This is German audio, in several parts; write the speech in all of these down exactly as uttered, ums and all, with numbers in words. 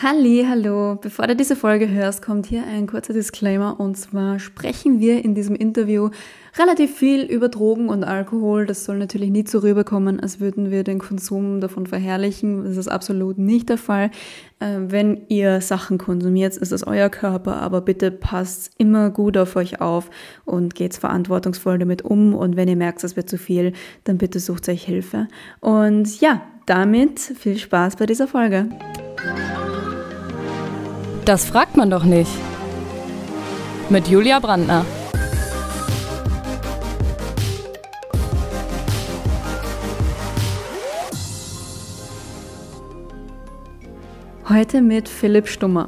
Halli, hallo. Bevor du diese Folge hörst, kommt hier ein kurzer Disclaimer. Und zwar sprechen wir in diesem Interview relativ viel über Drogen und Alkohol. Das soll natürlich nicht so rüberkommen, als würden wir den Konsum davon verherrlichen. Das ist absolut nicht der Fall. Wenn ihr Sachen konsumiert, ist es euer Körper, aber bitte passt immer gut auf euch auf und geht verantwortungsvoll damit um. Und wenn ihr merkt, es wird zu viel, dann bitte sucht euch Hilfe. Und ja, damit viel Spaß bei dieser Folge. Das fragt man doch nicht. Mit Julia Brandner. Heute mit Philipp Stummer.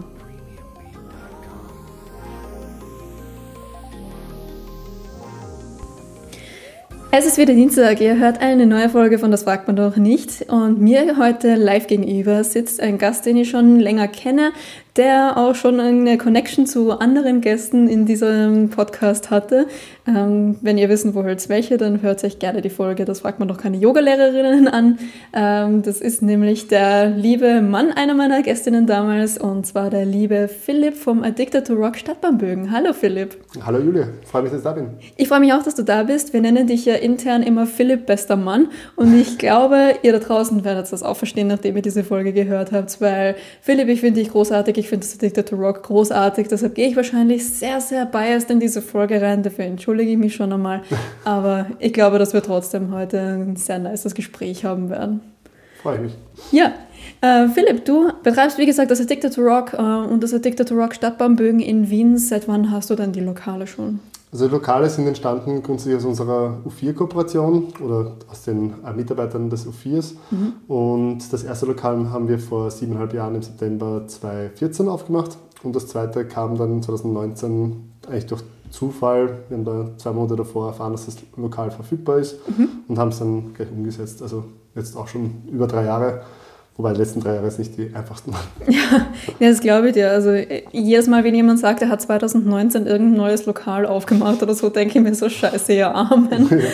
Es ist wieder Dienstag, ihr hört eine neue Folge von Das fragt man doch nicht und mir heute live gegenüber sitzt ein Gast, den ich schon länger kenne, der auch schon eine Connection zu anderen Gästen in diesem Podcast hatte. Ähm, wenn ihr wissen wollt, welche, dann hört euch gerne die Folge Das fragt man doch keine Yogalehrerinnen an. Ähm, das ist nämlich der liebe Mann einer meiner Gästinnen damals und zwar der liebe Philipp vom Addicted to Rock Stadtbahnbögen. Hallo Philipp. Hallo Julia, freue mich, dass ich da bin. Ich freue mich auch, dass du da bist. Wir nennen dich ja intern immer Philipp, bester Mann. Und ich glaube, ihr da draußen werdet das auch verstehen, nachdem ihr diese Folge gehört habt, weil Philipp, ich finde dich großartig, ich finde das Addicted to Rock großartig, deshalb gehe ich wahrscheinlich sehr, sehr biased in diese Folge rein, dafür entschuldige ich mich schon einmal, aber ich glaube, dass wir trotzdem heute ein sehr nices Gespräch haben werden. Freue mich. Ja, äh, Philipp, du betreibst wie gesagt das Addicted to Rock äh, und das Addicted to Rock Stadtbahnbögen in Wien. Seit wann hast du denn die Lokale schon? Also die Lokale sind entstanden grundsätzlich aus unserer U vier Kooperation oder aus den äh, Mitarbeitern des U vier s. Mhm. Und das erste Lokal haben wir vor siebeneinhalb Jahren im September zweitausendvierzehn aufgemacht. Und das zweite kam dann zweitausendneunzehn eigentlich durch Zufall. Wir haben da zwei Monate davor erfahren, dass das Lokal verfügbar ist mhm. und haben es dann gleich umgesetzt. Also jetzt auch schon über drei Jahre. Wobei die letzten drei Jahre jetzt nicht die einfachsten waren. Ja, das glaube ich dir. Also jedes Mal, wenn jemand sagt, er hat zweitausendneunzehn irgendein neues Lokal aufgemacht oder so, denke ich mir so, scheiße, ja, Amen. Ja.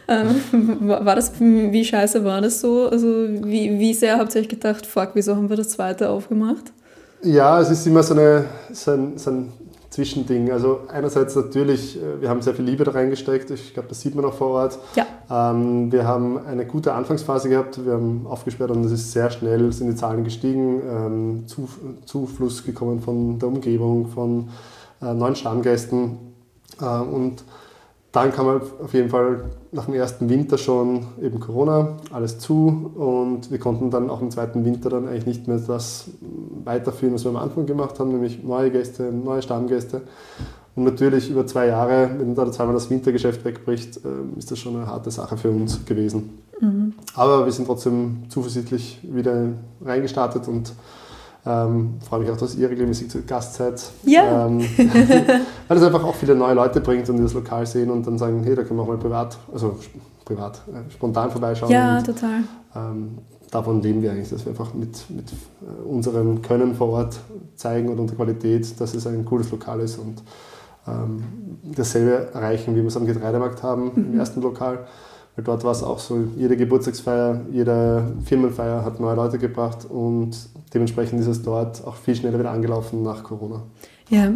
Ähm, war das, wie scheiße war das so? Also wie, wie sehr habt ihr euch gedacht, fuck, wieso haben wir das zweite aufgemacht? Ja, es ist immer so, eine, so, ein, so ein Zwischending. Also einerseits natürlich, wir haben sehr viel Liebe da reingesteckt, ich glaube, das sieht man auch vor Ort. Ja. Ähm, wir haben eine gute Anfangsphase gehabt, wir haben aufgesperrt und es ist sehr schnell, sind die Zahlen gestiegen, ähm, Zuf- Zufluss gekommen von der Umgebung, von äh, neuen Stammgästen äh, und dann kam halt auf jeden Fall nach dem ersten Winter schon eben Corona, alles zu und wir konnten dann auch im zweiten Winter dann eigentlich nicht mehr das weiterführen, was wir am Anfang gemacht haben, nämlich neue Gäste, neue Stammgäste. Und natürlich über zwei Jahre, wenn da zweimal das Wintergeschäft wegbricht, ist das schon eine harte Sache für uns gewesen. Mhm. Aber wir sind trotzdem zuversichtlich wieder reingestartet und Ähm, freue mich auch, dass ihr regelmäßig zu Gast seid. Ja. Ähm, weil es einfach auch viele neue Leute bringt und die das Lokal sehen und dann sagen, hey, da können wir auch mal privat, also privat, äh, spontan vorbeischauen. Ja, und, total. Ähm, davon leben wir eigentlich, dass wir einfach mit, mit unserem Können vor Ort zeigen und unserer Qualität, dass es ein cooles Lokal ist und ähm, dasselbe erreichen, wie wir es am Getreidemarkt haben, mhm. im ersten Lokal. Weil dort war es auch so, jede Geburtstagsfeier, jede Firmenfeier hat neue Leute gebracht und dementsprechend ist es dort auch viel schneller wieder angelaufen nach Corona. Ja.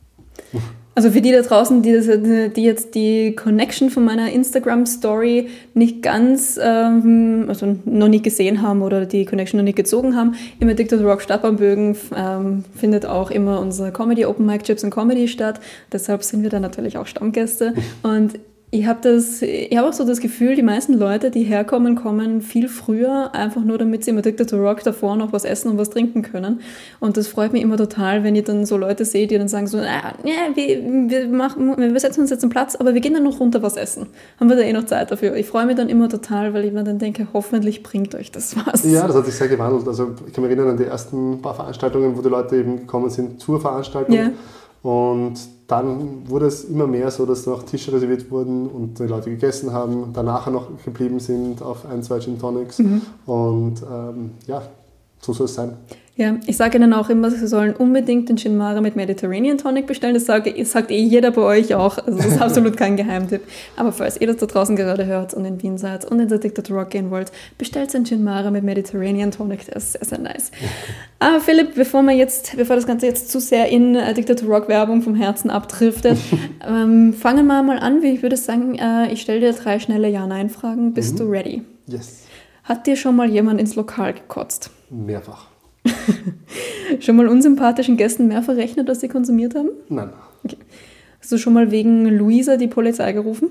Also für die da draußen, die, das, die jetzt die Connection von meiner Instagram-Story nicht ganz, ähm, also noch nicht gesehen haben oder die Connection noch nicht gezogen haben, im Addicted to Rock Stadtbahnbögen ähm, findet auch immer unsere Comedy Open Mic Chips and Comedy statt. Deshalb sind wir da natürlich auch Stammgäste und Ich habe das, ich habe auch so das Gefühl, die meisten Leute, die herkommen, kommen viel früher, einfach nur damit sie im Addicted to Rock davor noch was essen und was trinken können. Und das freut mich immer total, wenn ich dann so Leute sehe, die dann sagen so, ah, ja, wir, wir, machen, wir setzen uns jetzt einen Platz, aber wir gehen dann noch runter was essen. Haben wir da eh noch Zeit dafür? Ich freue mich dann immer total, weil ich mir dann denke, hoffentlich bringt euch das was. Ja, das hat sich sehr gewandelt. Also ich kann mich erinnern an die ersten paar Veranstaltungen, wo die Leute eben gekommen sind zur Veranstaltung. Yeah. Und dann wurde es immer mehr so, dass noch Tische reserviert wurden und die Leute gegessen haben, danach noch geblieben sind auf ein, zwei Gin Tonics. Mhm. Und ähm, ja, so soll es sein. Ja, ich sage Ihnen auch immer, Sie sollen unbedingt den Gin Mare mit Mediterranean Tonic bestellen. Das sage, sagt eh jeder bei euch auch. Also das ist absolut kein Geheimtipp. Aber falls ihr das da draußen gerade hört und in Wien seid und in der Addicted to Rock gehen wollt, bestellt einen Gin Mare mit Mediterranean Tonic. Der ist sehr, sehr nice. Aber Philipp, bevor wir jetzt, bevor das Ganze jetzt zu sehr in Addicted to Rock Werbung vom Herzen abdriftet, ähm, fangen wir mal an. Wie ich würde sagen, äh, ich stelle dir drei schnelle Ja-Nein-Fragen. Bist mhm. du ready? Yes. Hat dir schon mal jemand ins Lokal gekotzt? Mehrfach. Schon mal unsympathischen Gästen mehr verrechnet, als sie konsumiert haben? Nein. Okay. Hast du schon mal wegen Luisa die Polizei gerufen?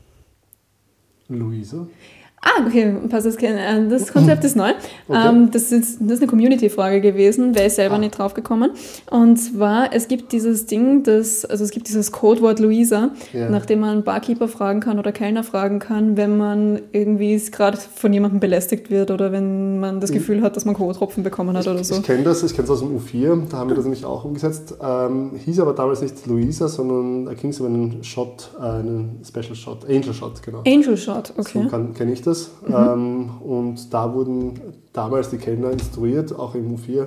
Luisa? Ah, okay, pass das, das Konzept ist neu. Okay. Ähm, das, ist, das ist eine Community-Frage gewesen, wäre ich selber ah. nicht drauf gekommen. Und zwar, es gibt dieses Ding, das, also es gibt dieses Codewort Luisa, ja. nach dem man Barkeeper fragen kann oder Kellner fragen kann, wenn man irgendwie gerade von jemandem belästigt wird oder wenn man das Gefühl hat, dass man K.O.-Tropfen bekommen hat ich, oder so. Ich kenne das, ich kenne es aus dem U vier, da haben wir das nämlich auch umgesetzt. Ähm, hieß aber damals nicht Luisa, sondern da ging es um einen Shot, äh, einen Special Shot, Angel Shot, genau. Angel Shot, okay. So kenne ich das. Mhm. Ähm, und da wurden damals die Kellner instruiert, auch im U vier.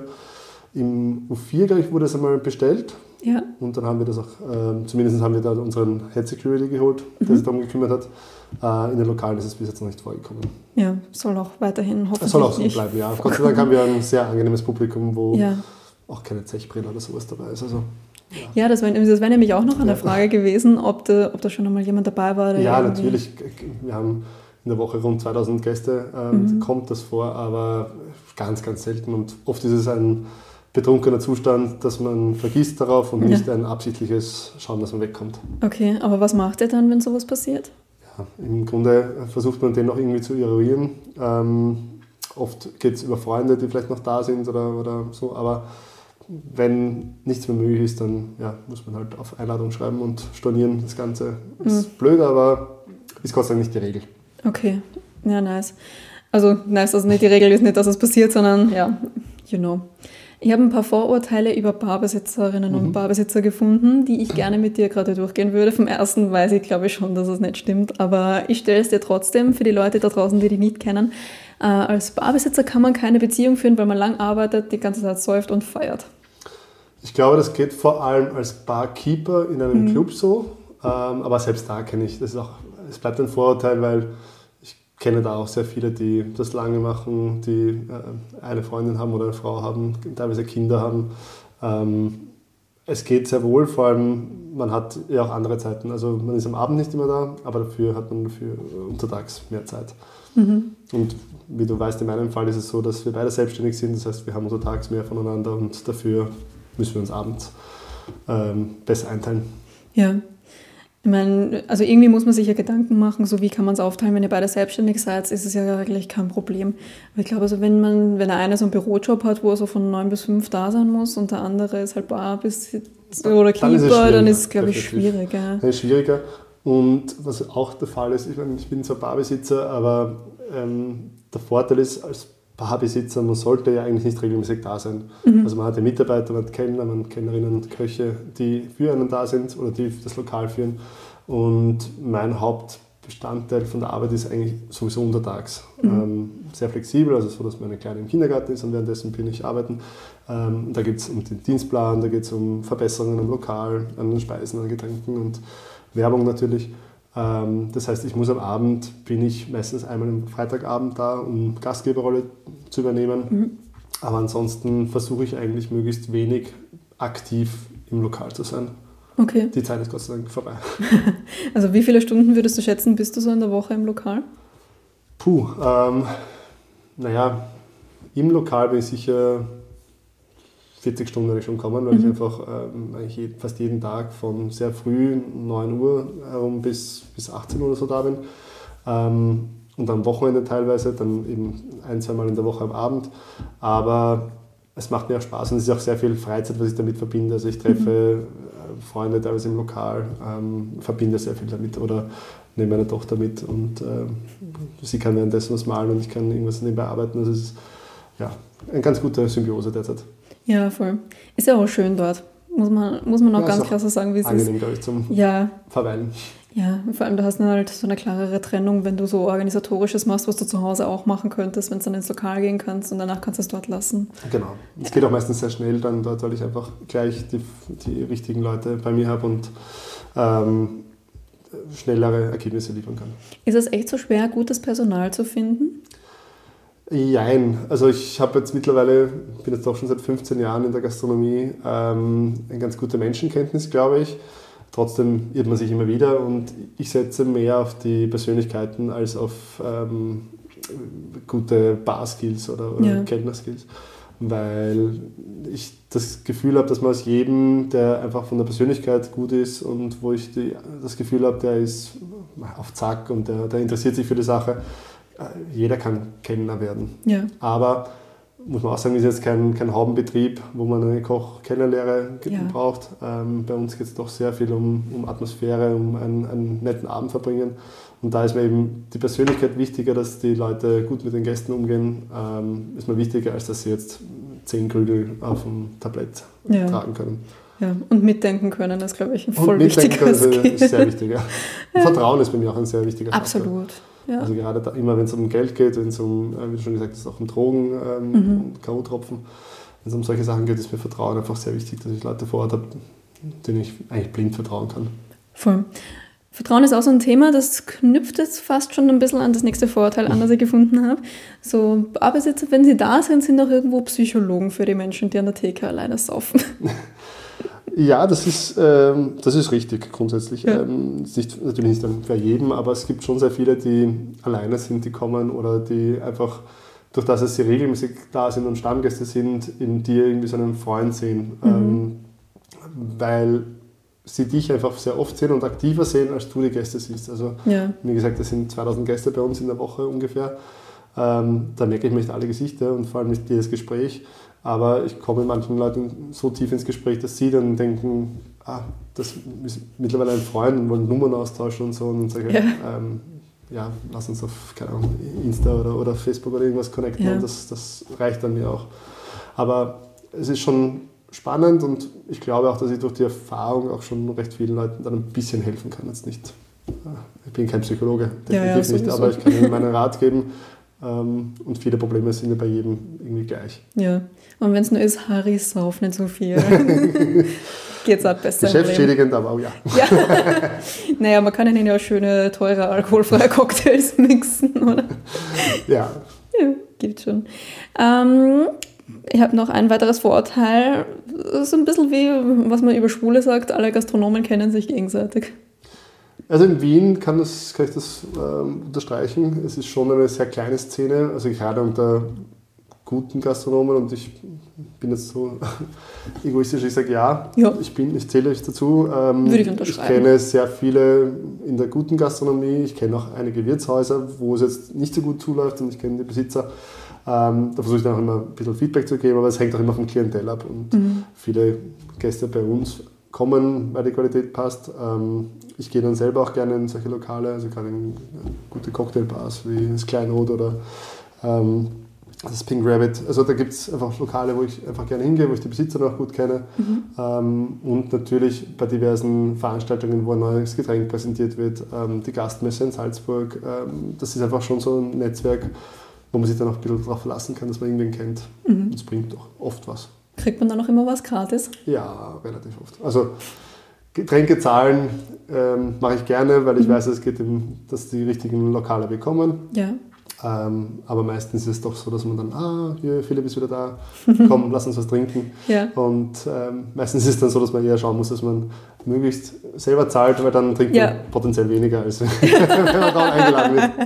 Im U vier, glaube ich, wurde es einmal bestellt. Ja. Und dann haben wir das auch, äh, zumindest haben wir da unseren Head Security geholt, der mhm. sich darum gekümmert hat. Äh, in den Lokalen ist es bis jetzt noch nicht vorgekommen. Ja, soll auch weiterhin hoffentlich. Es soll auch so bleiben, ja. Gott sei Dank haben wir ein sehr angenehmes Publikum, wo ja. auch keine Zechbrille oder sowas dabei ist. Also, ja, ja das wäre wär nämlich auch noch eine ja. Frage gewesen, ob da, ob da schon einmal jemand dabei war. Der ja, natürlich. Wir haben in der Woche rund zweitausend Gäste, ähm, mhm. kommt das vor, aber ganz, ganz selten. Und oft ist es ein betrunkener Zustand, dass man vergisst darauf und ja. nicht ein absichtliches Schauen, dass man wegkommt. Okay, aber was macht ihr dann, wenn sowas passiert? Ja, im Grunde versucht man den noch irgendwie zu eruieren. Ähm, oft geht es über Freunde, die vielleicht noch da sind oder, oder so, aber wenn nichts mehr möglich ist, dann ja, muss man halt auf Einladung schreiben und stornieren. Das Ganze ist mhm. blöd, aber ist Gott sei Dank nicht die Regel. Okay, ja, nice. Also nice, also nicht die Regel ist nicht, dass es passiert, sondern ja, you know. Ich habe ein paar Vorurteile über Barbesitzerinnen mhm. und Barbesitzer gefunden, die ich gerne mit dir gerade durchgehen würde. Vom ersten weiß ich, glaube ich, schon, dass es nicht stimmt, aber ich stelle es dir trotzdem für die Leute da draußen, die dich nicht kennen. Äh, als Barbesitzer kann man keine Beziehung führen, weil man lang arbeitet, die ganze Zeit säuft und feiert. Ich glaube, das geht vor allem als Barkeeper in einem mhm. Club so, ähm, aber selbst da kenne ich, das ist auch, es bleibt ein Vorurteil, weil ich kenne da auch sehr viele, die das lange machen, die äh, eine Freundin haben oder eine Frau haben, teilweise Kinder haben. Ähm, es geht sehr wohl, vor allem man hat ja auch andere Zeiten. Also man ist am Abend nicht immer da, aber dafür hat man dafür untertags mehr Zeit. Mhm. Und wie du weißt, in meinem Fall ist es so, dass wir beide selbstständig sind. Das heißt, wir haben untertags mehr voneinander und dafür müssen wir uns abends ähm, besser einteilen. Ja. Ich meine, also irgendwie muss man sich ja Gedanken machen, so wie kann man es aufteilen, wenn ihr beide selbstständig seid, ist es ja eigentlich kein Problem. Aber ich glaube, also wenn man, wenn der eine so einen Bürojob hat, wo er so von neun bis fünf da sein muss und der andere ist halt Bar bis oder Keeper, dann ist es, glaube ich, schwierig. Ja. Das ist schwieriger. Und was auch der Fall ist, ich meine, ich bin zwar Barbesitzer, aber ähm, der Vorteil ist, als Barbesitzer, man sollte ja eigentlich nicht regelmäßig da sein. Mhm. Also man hat ja Mitarbeiter, man hat Kellner, man hat Kellnerinnen, Köche, die für einen da sind oder die das Lokal führen. Und mein Hauptbestandteil von der Arbeit ist eigentlich sowieso untertags. Mhm. Ähm, sehr flexibel, also so, dass meine Kleine im Kindergarten ist und währenddessen bin ich arbeiten. Ähm, da geht es um den Dienstplan, da geht es um Verbesserungen am Lokal, an den Speisen, an Getränken und Werbung natürlich. Das heißt, ich muss am Abend, bin ich meistens einmal am Freitagabend da, um Gastgeberrolle zu übernehmen. Mhm. Aber ansonsten versuche ich eigentlich möglichst wenig aktiv im Lokal zu sein. Okay. Die Zeit ist Gott sei Dank vorbei. Also wie viele Stunden würdest du schätzen, bist du so in der Woche im Lokal? Puh, ähm, naja, im Lokal bin ich sicher vierzig Stunden werde ich schon kommen, weil mhm. ich einfach ähm, eigentlich jeden, fast jeden Tag von sehr früh, neun Uhr herum bis, bis achtzehn Uhr oder so da bin. Ähm, und am Wochenende teilweise, dann eben ein, zwei Mal in der Woche am Abend. Aber es macht mir auch Spaß und es ist auch sehr viel Freizeit, was ich damit verbinde. Also ich treffe mhm. Freunde teilweise im Lokal, ähm, verbinde sehr viel damit oder nehme meine Tochter mit und äh, sie kann währenddessen was malen und ich kann irgendwas nebenbei arbeiten. Also es ist ja, eine ganz gute Symbiose derzeit. Ja, voll. Ist ja auch schön dort. Muss man, muss man auch ja, ganz klar so sagen, wie es ist. Angenehm, glaube ich, zum ja. Verweilen. Ja, vor allem du hast dann halt so eine klarere Trennung, wenn du so Organisatorisches machst, was du zu Hause auch machen könntest, wenn du dann ins Lokal gehen kannst und danach kannst du es dort lassen. Genau. Es geht auch meistens sehr schnell dann dort, weil ich einfach gleich die, die richtigen Leute bei mir habe und ähm, schnellere Ergebnisse liefern kann. Ist es echt so schwer, gutes Personal zu finden? Jein. Also ich habe jetzt mittlerweile, bin jetzt auch schon seit fünfzehn Jahren in der Gastronomie, ähm, eine ganz gute Menschenkenntnis, glaube ich. Trotzdem irrt man sich immer wieder und ich setze mehr auf die Persönlichkeiten als auf ähm, gute Bar-Skills oder, oder ja. Kellner-Skills, weil ich das Gefühl habe, dass man aus jedem, der einfach von der Persönlichkeit gut ist und wo ich die, das Gefühl habe, der ist auf Zack und der, der interessiert sich für die Sache, jeder kann Kellner werden. Ja. Aber muss man auch sagen, ist jetzt kein, kein Haubenbetrieb, wo man eine Koch-Kellnerlehre ja. braucht. Ähm, bei uns geht es doch sehr viel um, um Atmosphäre, um einen, einen netten Abend verbringen. Und da ist mir eben die Persönlichkeit wichtiger, dass die Leute gut mit den Gästen umgehen, ähm, ist mir wichtiger, als dass sie jetzt zehn Krügel auf dem Tablett ja. tragen können. Ja, und mitdenken können, das glaube ich ein voll wichtiger Skill. Ist sehr wichtig. Ja. Vertrauen ist bei mir auch ein sehr wichtiger Faktor. Absolut. Ja. Also gerade da, immer wenn es um Geld geht, wenn es um, wie du schon gesagt hast, auch um Drogen, ähm, mhm. K O-Tropfen, wenn es um solche Sachen geht, ist mir Vertrauen einfach sehr wichtig, dass ich Leute vor Ort habe, denen ich eigentlich blind vertrauen kann. Voll. Vertrauen ist auch so ein Thema, das knüpft jetzt fast schon ein bisschen an das nächste Vorurteil an, das ich gefunden habe. So, Barbesitzer, wenn sie da sind, sind auch irgendwo Psychologen für die Menschen, die an der Theke alleine saufen. Ja, das ist, ähm, das ist richtig grundsätzlich. Ja. Ähm, ist nicht, natürlich nicht dann für jeden, aber es gibt schon sehr viele, die alleine sind, die kommen oder die einfach, durch das, dass sie regelmäßig da sind und Stammgäste sind, in dir irgendwie so einen Freund sehen. Mhm. Ähm, weil sie dich einfach sehr oft sehen und aktiver sehen, als du die Gäste siehst. Also, ja. wie gesagt, das sind zweitausend Gäste bei uns in der Woche ungefähr. Ähm, da merke ich nicht alle Gesichter und vor allem nicht jedes Gespräch. Aber ich komme mit manchen Leuten so tief ins Gespräch, dass sie dann denken, ah, das ist mittlerweile ein Freund und wollen Nummern austauschen und so. Und dann sage ich, ja. Ähm, ja, lass uns auf, keine Ahnung, Insta oder, oder Facebook oder irgendwas connecten. Ja. Und das, das reicht dann mir auch. Aber es ist schon spannend und ich glaube auch, dass ich durch die Erfahrung auch schon recht vielen Leuten dann ein bisschen helfen kann. Jetzt nicht, ich bin kein Psychologe, definitiv ja, ja, nicht, aber ich kann ihnen meinen Rat geben. Und viele Probleme sind ja bei jedem irgendwie gleich. Ja, und wenn es nur ist, Harry, sauf nicht so viel. Geht es halt besser. Geschäftsschädigend, aber auch ja. ja. Naja, man kann ihnen ja schöne, teure, alkoholfreie Cocktails mixen, oder? Ja. Ja, geht schon. Ähm, ich habe noch ein weiteres Vorurteil. So ein bisschen wie, was man über Schwule sagt, alle Gastronomen kennen sich gegenseitig. Also in Wien kann, das, kann ich das ähm, unterstreichen. Es ist schon eine sehr kleine Szene, also gerade unter guten Gastronomen und ich bin jetzt so egoistisch, ich sage ja, ja. ich bin, ich zähle euch dazu. Ähm, Würde ich unterschreiben. Ich kenne sehr viele in der guten Gastronomie, ich kenne auch einige Wirtshäuser, wo es jetzt nicht so gut zuläuft und ich kenne die Besitzer. Ähm, da versuche ich dann auch immer ein bisschen Feedback zu geben, aber es hängt auch immer vom Klientel ab und mhm. viele Gäste bei uns kommen, weil die Qualität passt. Ähm, ich gehe dann selber auch gerne in solche Lokale, also gerade in gute Cocktailbars wie das Kleinod oder ähm, das Pink Rabbit. Also da gibt es einfach Lokale, wo ich einfach gerne hingehe, wo ich die Besitzer noch gut kenne. Mhm. Ähm, und natürlich bei diversen Veranstaltungen, wo ein neues Getränk präsentiert wird, ähm, die Gastmesse in Salzburg. Ähm, das ist einfach schon so ein Netzwerk, wo man sich dann auch ein bisschen darauf verlassen kann, dass man irgendwen kennt. Mhm. Das bringt doch oft was. Kriegt man da noch immer was gratis? Ja, relativ oft. Also Getränke zahlen ähm, mache ich gerne, weil ich mhm. weiß, es geht um, dass die richtigen Lokale bekommen. Ja. Ähm, aber meistens ist es doch so, dass man dann, ah, hier, Philipp ist wieder da, komm, lass uns was trinken. Ja. Und ähm, meistens ist es dann so, dass man eher schauen muss, dass man möglichst selber zahlt, weil dann trinkt ja. man potenziell weniger, als wenn man da eingeladen wird.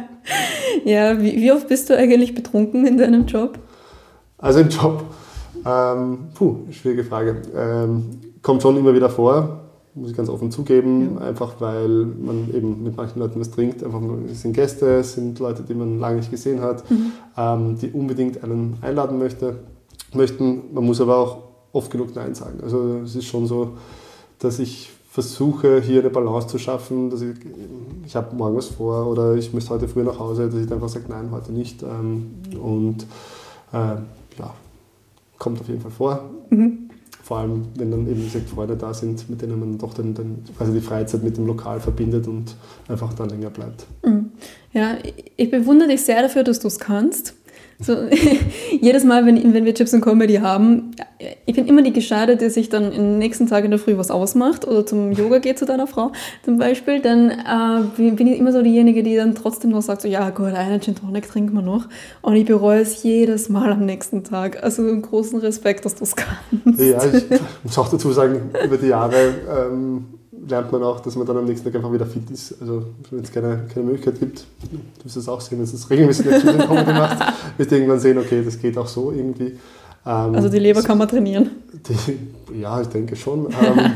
Ja, wie, wie oft bist du eigentlich betrunken in deinem Job? Also im Job, ähm, puh, schwierige Frage. Ähm, kommt schon immer wieder vor. Muss ich ganz offen zugeben, ja. einfach weil man eben mit manchen Leuten was trinkt. Einfach, es sind Gäste, es sind Leute, die man lange nicht gesehen hat, mhm. ähm, die unbedingt einen einladen möchte, möchten. Man muss aber auch oft genug Nein sagen. Also es ist schon so, dass ich versuche, hier eine Balance zu schaffen, dass ich, ich habe morgen was vor oder ich möchte heute früh nach Hause, dass ich einfach sage, nein, heute nicht. Ähm, und äh, ja, kommt auf jeden Fall vor. Mhm. vor allem, wenn dann eben, wie gesagt, Freunde da sind, mit denen man doch dann, dann quasi die Freizeit mit dem Lokal verbindet und einfach dann länger bleibt. Ja, ich bewundere dich sehr dafür, dass du es kannst. So, jedes Mal, wenn, wenn wir Chips und Comedy haben, ich bin immer die Gescheite, die sich dann am nächsten Tag in der Früh was ausmacht oder zum Yoga geht zu deiner Frau zum Beispiel, dann äh, bin ich immer so diejenige, die dann trotzdem noch sagt, so ja gut, eine Gin Tonic trinken wir noch, und ich bereue es jedes Mal am nächsten Tag. Also einen großen Respekt, dass du es kannst. Ja, ich muss auch dazu sagen, über die Jahre ähm, lernt man auch, dass man dann am nächsten Tag einfach wieder fit ist. Also wenn es keine, keine Möglichkeit gibt, du wirst es auch sehen, wenn du es regelmäßig in der Comedy machst, wirst du irgendwann sehen, okay, das geht auch so irgendwie. Ähm, also die Leber kann man trainieren. Die, ja, ich denke schon. Ähm,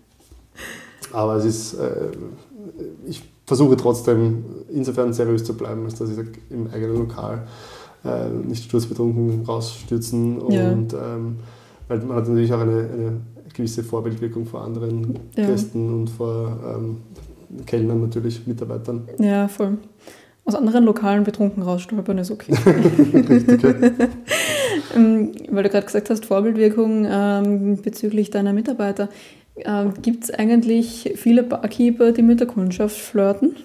aber es ist, äh, ich versuche trotzdem insofern seriös zu bleiben, als dass ich sage, im eigenen Lokal äh, nicht sturzbetrunken rausstürzen und ja. ähm, weil man hat natürlich auch eine, eine gewisse Vorbildwirkung vor anderen ja. Gästen und vor ähm, Kellnern natürlich, Mitarbeitern. Ja, voll. Aus anderen Lokalen betrunken rausstolpern ist okay. Richtig, ja. ähm, weil du gerade gesagt hast, Vorbildwirkung ähm, bezüglich deiner Mitarbeiter. Ähm, gibt es eigentlich viele Barkeeper, die mit der Kundschaft flirten?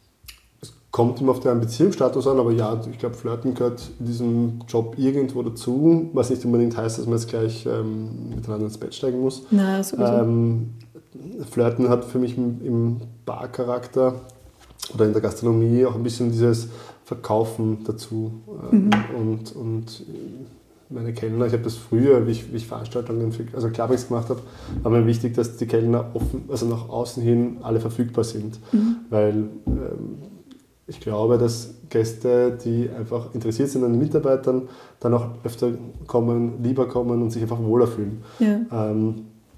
Es kommt immer auf deren Beziehungsstatus an, aber ja, ich glaube, Flirten gehört in diesem Job irgendwo dazu, was nicht unbedingt heißt, dass man jetzt gleich ähm, miteinander ins Bett steigen muss. Nein, sowieso. Ähm, Flirten hat für mich im, im Barcharakter oder in der Gastronomie auch ein bisschen dieses Verkaufen dazu. Ähm, mhm. und, und meine Kellner, ich habe das früher, wie ich, wie ich Veranstaltungen, für, also Clubbings gemacht habe, war mir wichtig, dass die Kellner offen, also nach außen hin alle verfügbar sind. Mhm. Weil ähm, ich glaube, dass Gäste, die einfach interessiert sind an den Mitarbeitern, dann auch öfter kommen, lieber kommen und sich einfach wohler fühlen. Ja. Ähm,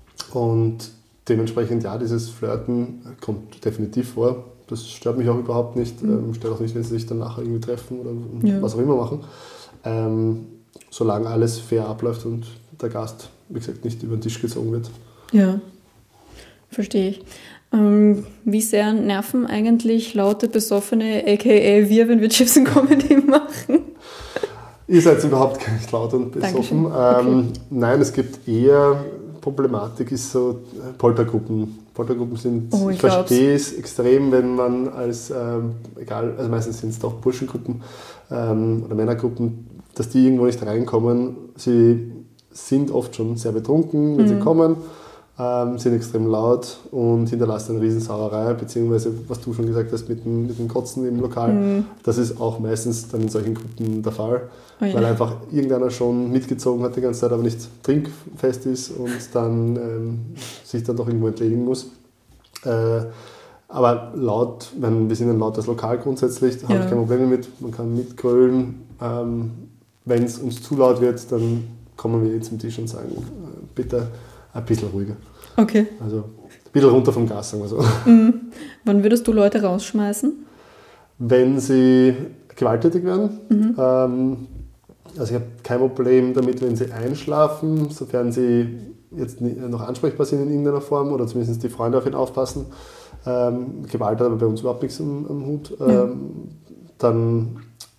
und dementsprechend, ja, dieses Flirten kommt definitiv vor. Das stört mich auch überhaupt nicht. Mhm. Ähm, stört auch nicht, wenn sie sich dann nachher irgendwie treffen oder ja. was auch immer machen. Ähm, solange alles fair abläuft und der Gast, wie gesagt, nicht über den Tisch gezogen wird. Ja, verstehe ich. Ähm, wie sehr nerven eigentlich laute, besoffene, aka wir, wenn wir Chips und Comedy machen? Ihr seid überhaupt gar nicht laut und besoffen. Okay. Ähm, nein, es gibt eher, Problematik ist so Poltergruppen. Poltergruppen sind, oh, ich, ich verstehe es extrem, wenn man als, ähm, egal, also meistens sind es doch Burschengruppen ähm, oder Männergruppen, dass die irgendwo nicht reinkommen. Sie sind oft schon sehr betrunken, wenn mhm. sie kommen, ähm, sind extrem laut und hinterlassen eine Riesensauerei, beziehungsweise, was du schon gesagt hast, mit dem, mit dem Kotzen im Lokal. Mhm. Das ist auch meistens dann in solchen Gruppen der Fall, oh ja. weil einfach irgendeiner schon mitgezogen hat die ganze Zeit, aber nicht trinkfest ist und dann ähm, sich dann doch irgendwo entledigen muss. Äh, aber laut, wenn wir sind ein lautes Lokal grundsätzlich, da ja. habe ich kein Problem damit, man kann mitgrölen. Ähm, wenn es uns zu laut wird, dann kommen wir zum Tisch und sagen, äh, bitte ein bisschen ruhiger. Okay. Also ein bisschen runter vom Gas, sagen wir so. Mhm. Wann würdest du Leute rausschmeißen? Wenn sie gewalttätig werden. Mhm. Ähm, also ich habe kein Problem damit, wenn sie einschlafen, sofern sie jetzt noch ansprechbar sind in irgendeiner Form oder zumindest die Freunde auf ihn aufpassen. Ähm, Gewalt hat aber bei uns überhaupt nichts am, am Hut. Ähm, ja. Dann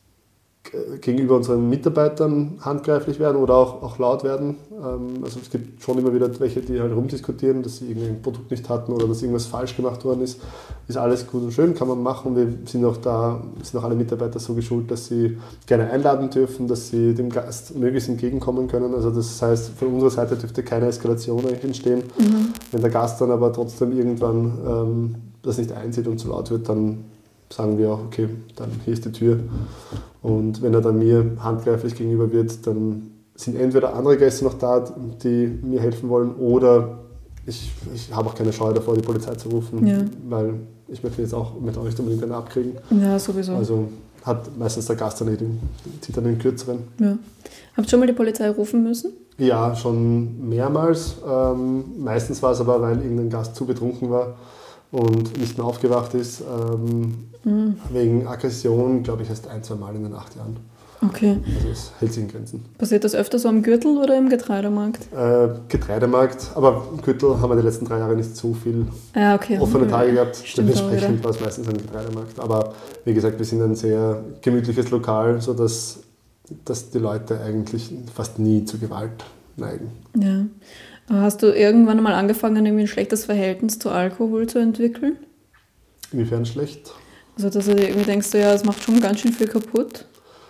gegenüber unseren Mitarbeitern handgreiflich werden oder auch, auch laut werden. Also es gibt schon immer wieder welche, die halt rumdiskutieren, dass sie irgendein Produkt nicht hatten oder dass irgendwas falsch gemacht worden ist. Ist alles gut und schön, kann man machen. Wir sind auch da, sind auch alle Mitarbeiter so geschult, dass sie gerne einladen dürfen, dass sie dem Gast möglichst entgegenkommen können. Also das heißt, von unserer Seite dürfte keine Eskalation entstehen. Mhm. Wenn der Gast dann aber trotzdem irgendwann ähm, das nicht einsieht und zu laut wird, dann sagen wir auch, okay, dann hier ist die Tür. Und wenn er dann mir handgreiflich gegenüber wird, dann sind entweder andere Gäste noch da, die mir helfen wollen, oder ich, ich habe auch keine Scheu davor, die Polizei zu rufen, ja. weil ich möchte jetzt auch mit euch unbedingt einen abkriegen. Ja, sowieso. Also hat meistens der Gast dann nicht den, zieht dann den kürzeren. Ja. Habt ihr schon mal die Polizei rufen müssen? Ja, schon mehrmals. Ähm, meistens war es aber, weil irgendein Gast zu betrunken war und nicht mehr aufgewacht ist. Ähm, mhm. Wegen Aggression, glaube ich, erst ein, zwei Mal in den acht Jahren. Okay. Also es hält sich in Grenzen. Passiert das öfter so am Gürtel oder im Getreidemarkt? Äh, Getreidemarkt, aber im Gürtel haben wir die letzten drei Jahre nicht so viel ah, okay. offene Tage ja, gehabt. Dementsprechend war es meistens ein Getreidemarkt. Aber wie gesagt, wir sind ein sehr gemütliches Lokal, sodass dass die Leute eigentlich fast nie zu Gewalt neigen. Ja. Aber hast du irgendwann mal angefangen, irgendwie ein schlechtes Verhältnis zu Alkohol zu entwickeln? Inwiefern schlecht? Also dass du dir irgendwie denkst, so, ja, es macht schon ganz schön viel kaputt?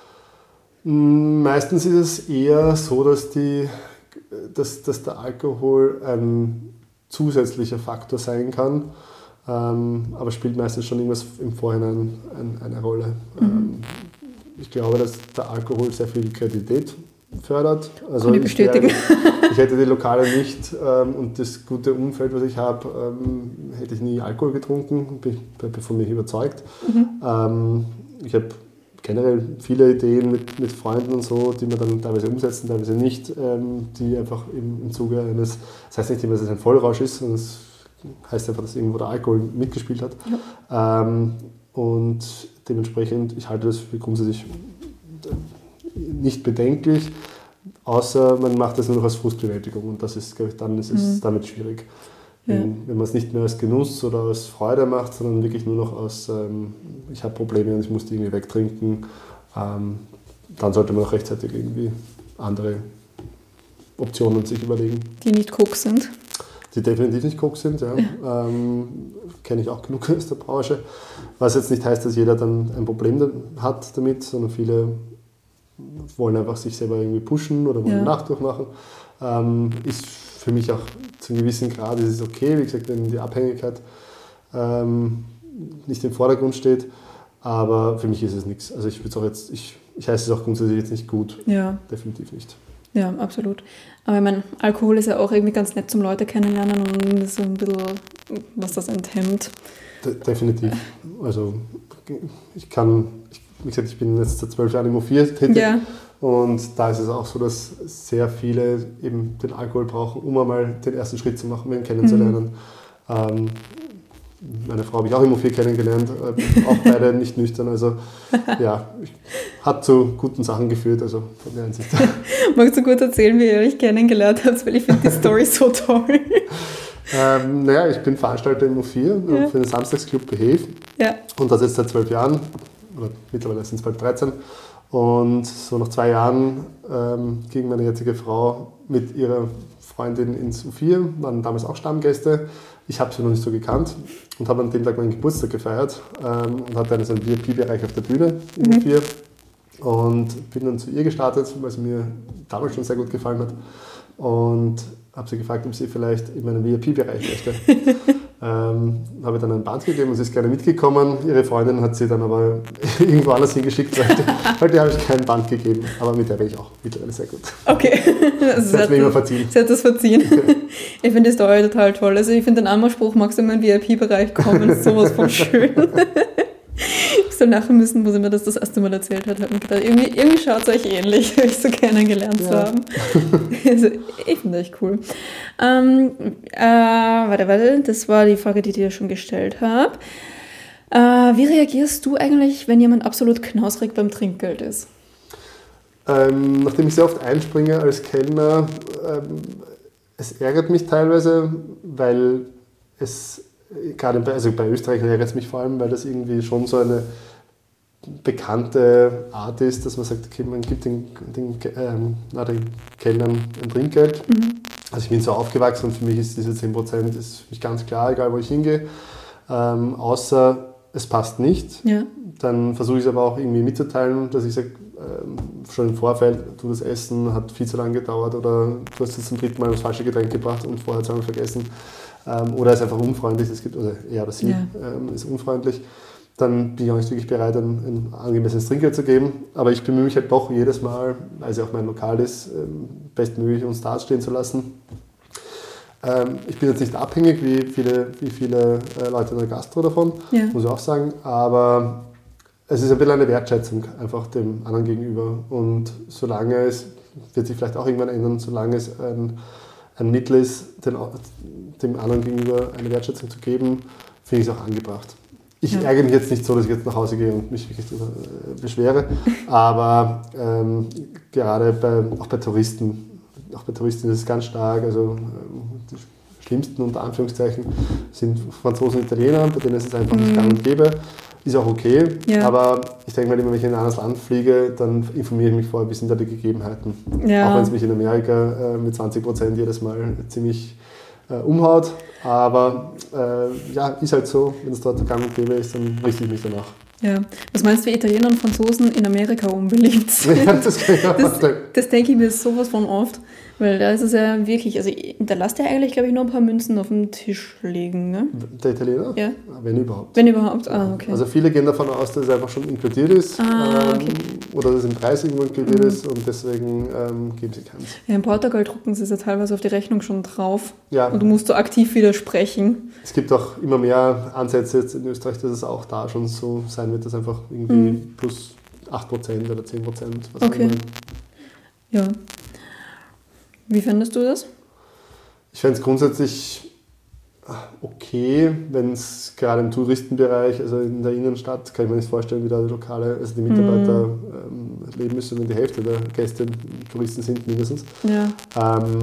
Meistens ist es eher so, dass, die, dass, dass der Alkohol ein zusätzlicher Faktor sein kann, ähm, aber spielt meistens schon irgendwas im Vorhinein ein, eine Rolle. Mhm. Ähm, ich glaube, dass der Alkohol sehr viel Kreativität fördert. Also Kann ich bestätigen. Ich, wäre, ich hätte die Lokale nicht ähm, und das gute Umfeld, was ich habe, ähm, hätte ich nie Alkohol getrunken, bin ich von mir überzeugt. Mhm. Ähm, ich habe generell viele Ideen mit, mit Freunden und so, die wir dann teilweise umsetzen, teilweise nicht, ähm, die einfach im, im Zuge eines, das heißt nicht immer, dass es ein Vollrausch ist, sondern es heißt einfach, dass irgendwo der Alkohol mitgespielt hat. Ja. Ähm, und dementsprechend, ich halte das für grundsätzlich nicht bedenklich, außer man macht das nur noch als Frustbewältigung und das ist, glaube ich, dann ist es mhm. damit schwierig. Ja. Wenn, wenn man es nicht mehr als Genuss oder als Freude macht, sondern wirklich nur noch aus, ähm, ich habe Probleme und ich muss die irgendwie wegtrinken, ähm, dann sollte man auch rechtzeitig irgendwie andere Optionen sich überlegen. Die nicht Koks sind. Die definitiv nicht Koks sind, ja. ja. Ähm, kenne ich auch genug aus der Branche. Was jetzt nicht heißt, dass jeder dann ein Problem hat damit, sondern viele wollen einfach sich selber irgendwie pushen oder wollen ja. eine Nacht durchmachen. Ähm, ist für mich auch zu einem gewissen Grad ist es okay, wie gesagt, wenn die Abhängigkeit ähm, nicht im Vordergrund steht, aber für mich ist es nichts. Also ich würde es auch jetzt, ich, ich heiße es auch grundsätzlich jetzt nicht gut, ja. definitiv nicht. Ja, absolut. Aber ich meine, Alkohol ist ja auch irgendwie ganz nett zum Leute kennenlernen und so ein bisschen, was das enthemmt. De- definitiv. Also ich kann, ich, wie gesagt, ich bin jetzt seit zwölf Jahren im O vier tätig. Ja. Und da ist es auch so, dass sehr viele eben den Alkohol brauchen, um einmal den ersten Schritt zu machen, ihn kennenzulernen. Mhm. Ähm, meine Frau habe ich auch im O vier kennengelernt, äh, auch beide nicht nüchtern. Also ja, hat zu guten Sachen geführt, also von der Hinsicht. Magst du kurz erzählen, wie ihr euch kennengelernt habt, weil ich finde die Story so toll. ähm, naja, ich bin Veranstalter im O vier ja. für den Samstagsclub Behave. Ja. Und das jetzt seit zwölf Jahren, oder mittlerweile sind es bald dreizehn. Und so nach zwei Jahren ähm, ging meine jetzige Frau mit ihrer Freundin ins O vier, waren damals auch Stammgäste. Ich habe sie noch nicht so gekannt und habe an dem Tag meinen Geburtstag gefeiert ähm, und hatte einen, so einen V I P-Bereich auf der Bühne im mhm. O vier und bin dann zu ihr gestartet, weil sie mir damals schon sehr gut gefallen hat und habe sie gefragt, ob sie vielleicht in meinen V I P-Bereich möchte. Ähm, habe dann ein Band gegeben und sie ist gerne mitgekommen. Ihre Freundin hat sie dann aber irgendwo anders hingeschickt, weil die, weil die habe ich kein Band gegeben. Aber mit der bin ich auch mittlerweile sehr gut. Okay. Also sie hat es mir immer verziehen. Sie hat das verziehen. Okay. Ich finde die Story total toll. Also ich finde den Anmachspruch, magst du in meinen V I P-Bereich kommen, ist sowas von schön. Ich soll nachher müssen, wo sie mir das das erste Mal erzählt hat, hat mir gedacht, irgendwie, irgendwie schaut es euch ähnlich, euch so kennengelernt ja. zu haben. Also, ich finde euch cool. Ähm, äh, warte, warte, das war die Frage, die ich dir schon gestellt habe. Äh, wie reagierst du eigentlich, wenn jemand absolut knausrig beim Trinkgeld ist? Ähm, nachdem ich sehr oft einspringe als Kellner, ähm, es ärgert mich teilweise, weil es gerade bei, also bei Österreichern ärgert es mich vor allem, weil das irgendwie schon so eine bekannte Art ist, dass man sagt, okay, man gibt den, den, ähm, na, den Kellnern ein Trinkgeld. Mhm. Also ich bin so aufgewachsen und für mich ist diese zehn Prozent ist für mich ganz klar, egal wo ich hingehe. Ähm, außer es passt nicht. Ja. Dann versuche ich es aber auch irgendwie mitzuteilen, dass ich sage, ähm, schon im Vorfeld, du, das Essen hat viel zu lange gedauert oder du hast jetzt zum dritten Mal das falsche Getränk gebracht und vorher zweimal vergessen. Ähm, oder ist einfach unfreundlich, es gibt, oder er oder sie ja. ähm, ist unfreundlich, dann bin ich auch nicht wirklich bereit, ein, ein angemessenes Trinkgeld zu geben. Aber ich bemühe mich halt doch jedes Mal, weil es ja auch mein Lokal ist, ähm, bestmöglich uns dastehen zu lassen. Ähm, ich bin jetzt nicht abhängig, wie viele, wie viele äh, Leute in der Gastro davon, ja. muss ich auch sagen, aber es ist ein bisschen eine Wertschätzung einfach dem anderen gegenüber. Und solange es, wird sich vielleicht auch irgendwann ändern, solange es ein ein Mittel ist, den, dem anderen gegenüber eine Wertschätzung zu geben, finde ich es auch angebracht. Ich ja. ärgere mich jetzt nicht so, dass ich jetzt nach Hause gehe und mich wirklich äh, beschwere, aber ähm, gerade bei, auch bei Touristen, auch bei Touristen ist es ganz stark, also ähm, die schlimmsten unter Anführungszeichen sind Franzosen und Italiener, bei denen ist es einfach nicht gang und gäbe. Ist auch okay, ja. aber ich denke mal, wenn ich in ein anderes Land fliege, dann informiere ich mich vorher, wie sind da die Gegebenheiten. Ja. Auch wenn es mich in Amerika äh, mit zwanzig Prozent jedes Mal ziemlich äh, umhaut. Aber äh, ja, ist halt so, wenn es dort gang und gäbe ist, dann richte ich mich danach. Ja. Was meinst du, wie Italiener und Franzosen in Amerika unbeliebt sind? Ja, das kann ich auch das, vorstellen. das denke ich mir sowas von oft, weil da ist es ja wirklich, also da lasst ihr eigentlich, glaube ich, nur ein paar Münzen auf den Tisch legen, ne? Der Italiener? Ja. Wenn überhaupt. Wenn überhaupt? Ah, okay. Also viele gehen davon aus, dass es einfach schon inkludiert ist Ah, okay. ähm, oder dass es im Preis irgendwo inkludiert mhm. ist und deswegen ähm, geben sie keins. Ja, in Portugal drucken sie es ja teilweise auf die Rechnung schon drauf ja. und du musst so aktiv widersprechen. Es gibt auch immer mehr Ansätze jetzt in Österreich, dass es auch da schon so sein wird, dass einfach irgendwie mhm. plus acht Prozent oder zehn Prozent. Was okay. Ja. Wie fändest du das? Ich fände es grundsätzlich okay, wenn es gerade im Touristenbereich, also in der Innenstadt, kann ich mir nicht vorstellen, wie da die Lokale, also die Mitarbeiter mm. ähm, leben müssen, wenn die Hälfte der Gäste Touristen sind mindestens. Ja. Ähm,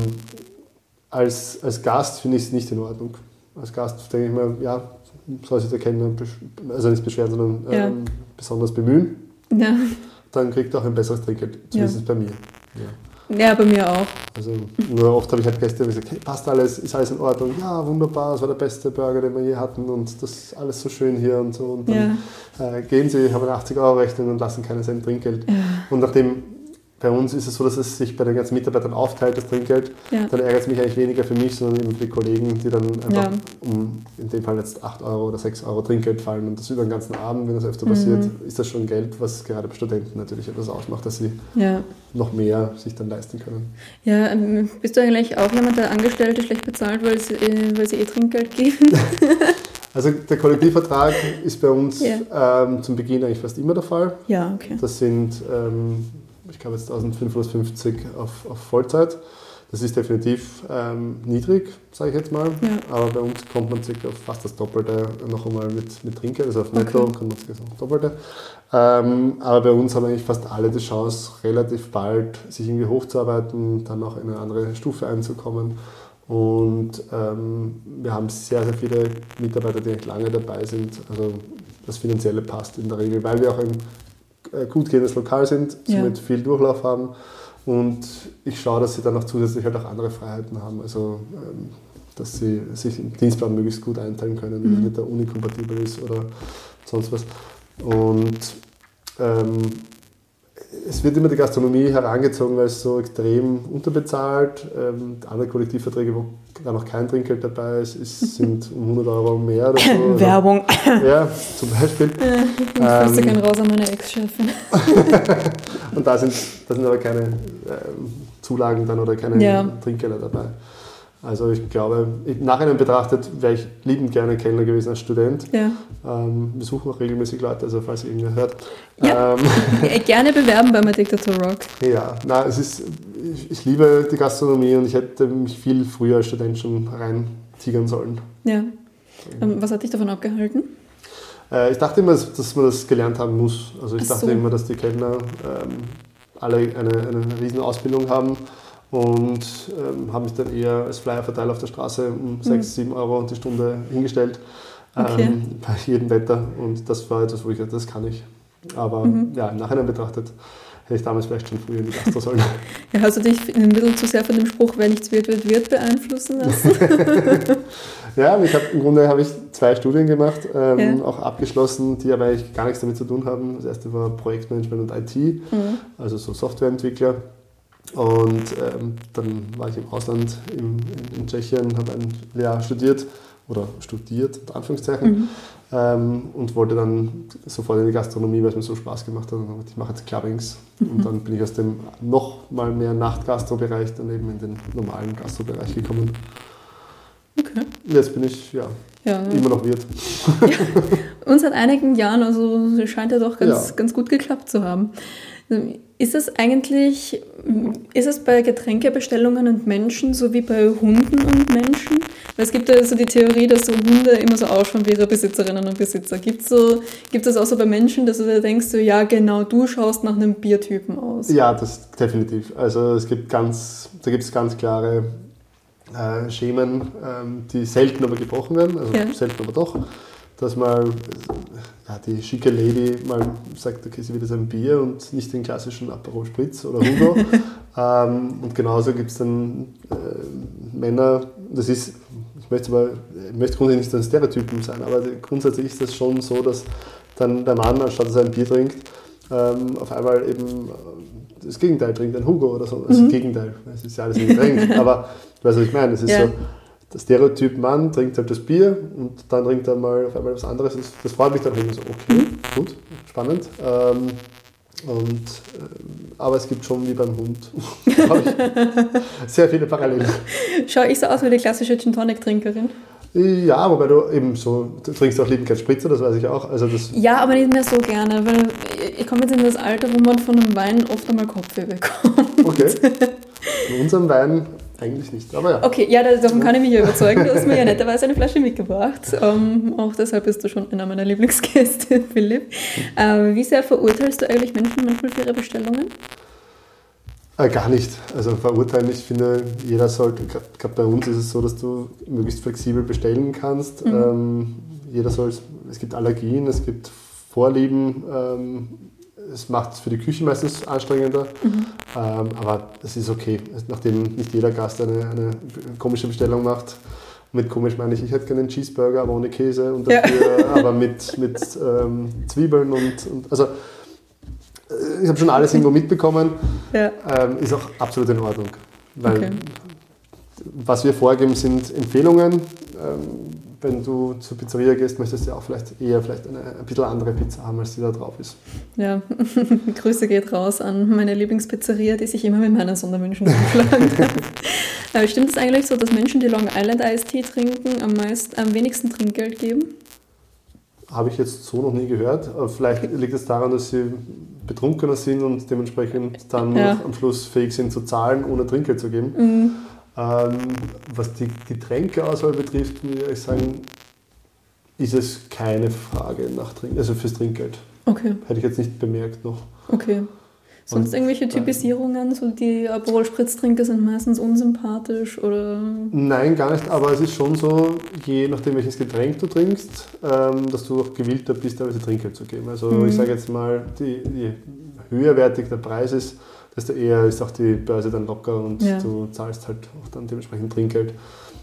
als, als Gast finde ich es nicht in Ordnung. Als Gast denke ich mir, ja, soll sich der Kellner, also nicht beschweren, sondern ähm, ja. besonders bemühen. Ja. Dann kriegt er auch ein besseres Trinkgeld, zumindest ja. bei mir. Ja. Ja, bei mir auch. Also nur oft habe ich halt Gäste, die gesagt, hey, passt alles, ist alles in Ordnung, ja, wunderbar, es war der beste Burger, den wir je hatten und das ist alles so schön hier und so. Und dann ja. äh, gehen sie, haben eine achtzig Euro Rechnung und lassen keine Cent Trinkgeld. Ja. Und nachdem, bei uns ist es so, dass es sich bei den ganzen Mitarbeitern aufteilt, das Trinkgeld, ja. dann ärgert es mich eigentlich weniger für mich, sondern eben für die Kollegen, die dann einfach ja. um, in dem Fall jetzt acht Euro oder sechs Euro Trinkgeld fallen und das über den ganzen Abend, wenn das öfter mhm. passiert, ist das schon Geld, was gerade bei Studenten natürlich etwas ausmacht, dass sie ja. noch mehr sich dann leisten können. Ja, bist du eigentlich auch jemand, der Angestellte schlecht bezahlt, weil sie, weil sie eh Trinkgeld geben? Also der Kollektivvertrag ist bei uns ja. ähm, zum Beginn eigentlich fast immer der Fall. Ja, okay. Das sind ähm, ich glaube jetzt eintausendfünfhundertfünfzig auf, auf Vollzeit. Das ist definitiv ähm, niedrig, sage ich jetzt mal. Ja. Aber bei uns kommt man circa auf fast das Doppelte noch einmal mit, mit Trinkgeld. Also auf Netto okay. kommt man circa das Doppelte. Ähm, aber bei uns haben eigentlich fast alle die Chance, relativ bald sich irgendwie hochzuarbeiten, dann auch in eine andere Stufe einzukommen. Und ähm, wir haben sehr, sehr viele Mitarbeiter, die eigentlich lange dabei sind. Also das Finanzielle passt in der Regel, weil wir auch ein gut gehendes Lokal sind, somit ja. viel Durchlauf haben und ich schaue, dass sie dann auch zusätzlich halt auch andere Freiheiten haben, also dass sie sich im Dienstplan möglichst gut einteilen können, wie mhm. das mit der Uni kompatibel ist oder sonst was. Und ähm, es wird immer die Gastronomie herangezogen, weil es so extrem unterbezahlt. Ähm, andere Kollektivverträge, wo da noch kein Trinkgeld dabei ist, ist sind um hundert Euro mehr oder so. Werbung. Ja, zum Beispiel. Ich ähm, gehen raus an meine Ex-Chefin. Und da sind, da sind aber keine ähm, Zulagen dann oder keine ja. Trinkgelder dabei. Also ich glaube, im Nachhinein betrachtet wäre ich liebend gerne Kellner gewesen als Student. Ja. Ähm, wir suchen auch regelmäßig Leute, also falls ihr irgendwer hört. Ja. Ähm, gerne bewerben bei Addicted to Rock. Ja, na, es ist, ich, ich liebe die Gastronomie und ich hätte mich viel früher als Student schon rein tigern sollen. Ja. Ähm, was hat dich davon abgehalten? Äh, ich dachte immer, dass man das gelernt haben muss. Also ich Ach dachte so. immer, dass die Kellner ähm, alle eine, eine riesen Ausbildung haben. Und ähm, habe mich dann eher als Flyerverteiler auf der Straße um mhm. sechs, sieben Euro die Stunde hingestellt, okay. ähm, bei jedem Wetter. Und das war etwas, wo ich dachte, das kann ich. Aber mhm. ja, im Nachhinein betrachtet hätte ich damals vielleicht schon früher in die Gastro sollen. Ja, hast du dich ein bisschen zu sehr von dem Spruch, wer nichts wird, wird, wird beeinflussen lassen? Ja, ich hab, im Grunde habe ich zwei Studien gemacht, ähm, ja. auch abgeschlossen, die aber eigentlich gar nichts damit zu tun haben. Das erste war Projektmanagement und I T, mhm. also so Softwareentwickler. Und ähm, dann war ich im Ausland in, in, in Tschechien, habe ein Jahr studiert oder studiert, unter Anführungszeichen, mhm. ähm, und wollte dann sofort in die Gastronomie, weil es mir so Spaß gemacht hat. Und dann, ich mache jetzt Clubbings. Mhm. Und dann bin ich aus dem noch mal mehr Nacht-Gastro-Bereich dann eben in den normalen Gastro-Bereich gekommen. Okay. Jetzt bin ich ja, ja immer noch Wirt. Ja, uns seit einigen Jahren, also scheint ja doch ganz, ja. ganz gut geklappt zu haben. Ist es eigentlich, ist es bei Getränkebestellungen und Menschen so wie bei Hunden und Menschen? Weil es gibt ja so die Theorie, dass so Hunde immer so ausschauen wie ihre Besitzerinnen und Besitzer. Gibt es so, gibt es auch so bei Menschen, dass du da denkst, so, ja genau, du schaust nach einem Biertypen aus? Ja, das definitiv. Also es gibt ganz, da gibt es ganz klare äh, Schemen, ähm, die selten aber gebrochen werden, also ja. selten aber doch, dass mal ja, die schicke Lady mal sagt, okay, sie will jetzt ein Bier und nicht den klassischen Aperol Spritz oder Hugo. ähm, und genauso gibt es dann äh, Männer, das ist, ich möchte aber, ich möchte grundsätzlich nicht ein Stereotypen sein, aber grundsätzlich ist das schon so, dass dann der Mann, anstatt dass er ein Bier trinkt, ähm, auf einmal eben das Gegenteil trinkt, ein Hugo oder so. Also mhm. das Gegenteil, es ist ja alles ein Getränk, aber du weißt, was ich meine, es ist ja. so, der Stereotyp Mann trinkt halt das Bier und dann trinkt er mal auf einmal was anderes. Das, das freut mich dann irgendwie so, okay, mhm. gut, spannend. Ähm, und, äh, aber es gibt schon wie beim Hund, glaube ich, sehr viele Parallelen. Schau ich so aus wie die klassische Gin-Tonic-Trinkerin? Ja, wobei du eben so, du trinkst auch liebend keinen Spritzer, das weiß ich auch. Also das ja, aber nicht mehr so gerne, weil ich komme jetzt in das Alter, wo man von einem Wein oft einmal Kopfweh bekommt. Okay, von unserem Wein eigentlich nicht, aber ja. Okay, ja, davon kann ich mich ja überzeugen. Du hast mir ja netterweise eine Flasche mitgebracht. Ähm, auch deshalb bist du schon einer meiner Lieblingsgäste, Philipp. Ähm, wie sehr verurteilst du eigentlich Menschen manchmal für ihre Bestellungen? Äh, gar nicht. Also verurteilen, ich finde, jeder sollte, gerade bei uns ist es so, dass du möglichst flexibel bestellen kannst. Mhm. Ähm, jeder soll, es gibt Allergien, es gibt Vorlieben. Ähm, es macht es für die Küche meistens anstrengender, mhm. ähm, aber es ist okay, nachdem nicht jeder Gast eine, eine komische Bestellung macht. Mit komisch meine ich, ich hätte gerne einen Cheeseburger, aber ohne Käse und dafür, ja. aber mit, mit ähm, Zwiebeln und, und also ich habe schon alles irgendwo mitbekommen, ja. ähm, ist auch absolut in Ordnung, weil okay. was wir vorgeben sind Empfehlungen. Ähm, wenn du zur Pizzeria gehst, möchtest du auch vielleicht eher vielleicht eine ein bisschen andere Pizza haben, als die da drauf ist. Ja, Grüße geht raus an meine Lieblingspizzeria, die sich immer mit meinen Sonderwünschen umschlagen. Aber stimmt es eigentlich so, dass Menschen, die Long Island Iced Tea trinken, am, meist, am wenigsten Trinkgeld geben? Habe ich jetzt so noch nie gehört. Aber vielleicht liegt es daran, dass sie betrunkener sind und dementsprechend dann ja. am Schluss fähig sind zu zahlen, ohne Trinkgeld zu geben. Mhm. Ähm, was die Getränkeauswahl betrifft, würde ich sagen, ist es keine Frage nach Trink- also fürs Trinkgeld. Okay. Hätte ich jetzt nicht bemerkt noch. Okay. Sonst und, irgendwelche Typisierungen? So die Aperol-Spritztrinker sind meistens unsympathisch oder? Nein, gar nicht. Aber es ist schon so, je nachdem welches Getränk du trinkst, ähm, dass du auch gewillter bist, teilweise Trinkgeld zu geben. Also mhm. ich sage jetzt mal, die, je höherwertig der Preis ist, desto eher ist auch die Börse dann locker und ja. du zahlst halt auch dann dementsprechend Trinkgeld.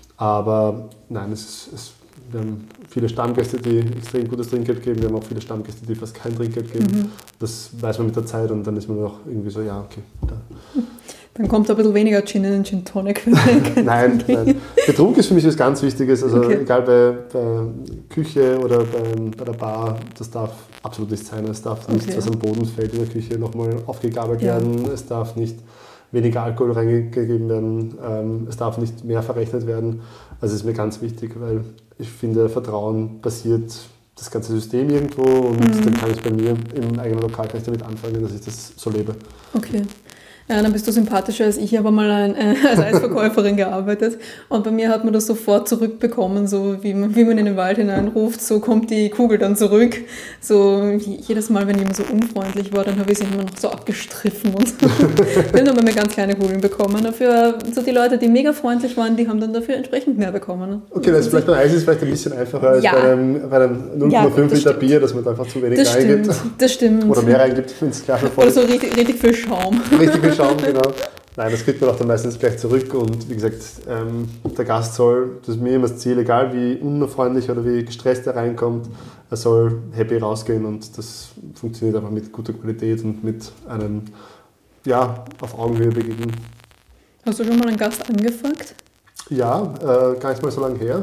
Aber nein, es ist, es, wir haben viele Stammgäste, die extrem gutes Trinkgeld geben. Wir haben auch viele Stammgäste, die fast kein Trinkgeld geben. Mhm. Das weiß man mit der Zeit und dann ist man auch irgendwie so, ja, okay. Da. Dann kommt ein bisschen weniger Gin in den Gin Tonic. nein, nein. Betrug ist für mich was ganz Wichtiges. Also okay. egal bei, bei Küche oder bei, bei der Bar, das darf absolut nicht sein. Es darf nichts, okay. was am Boden fällt in der Küche, nochmal aufgegabelt ja. werden. Es darf nicht weniger Alkohol reingegeben werden. Ähm, es darf nicht mehr verrechnet werden. Also es ist mir ganz wichtig, weil ich finde, Vertrauen basiert das ganze System irgendwo und mhm. dann kann ich bei mir im eigenen Lokal kann ich damit anfangen, dass ich das so lebe. Okay. Ja, dann bist du sympathischer als ich. Ich habe mal ein, äh, als Eisverkäuferin gearbeitet und bei mir hat man das sofort zurückbekommen, so wie man, wie man in den Wald hineinruft, so kommt die Kugel dann zurück. So jedes Mal, wenn jemand so unfreundlich war, dann habe ich sie immer noch so abgestriffen und so. Wir haben dann bei mir ganz kleine Kugeln bekommen. Dafür, so die Leute, die mega freundlich waren, die haben dann dafür entsprechend mehr bekommen. Okay, das ist vielleicht beim Eis ist vielleicht ein bisschen einfacher als ja. bei einem, bei einem null Komma fünf ja, Liter stimmt. Bier, dass man da einfach zu wenig das reingibt. Stimmt, das stimmt. Oder mehr reingibt, wenn es klar voll Oder so richtig, richtig viel Schaum. Richtig viel Schaum, genau. Nein, das kriegt man auch dann meistens gleich zurück und wie gesagt, ähm, der Gast soll, das ist mir immer das Ziel, egal wie unfreundlich oder wie gestresst er reinkommt, er soll happy rausgehen und das funktioniert einfach mit guter Qualität und mit einem, ja, auf Augenhöhe begegnen. Hast du schon mal einen Gast angefuckt? Ja, äh, gar nicht mal so lange her.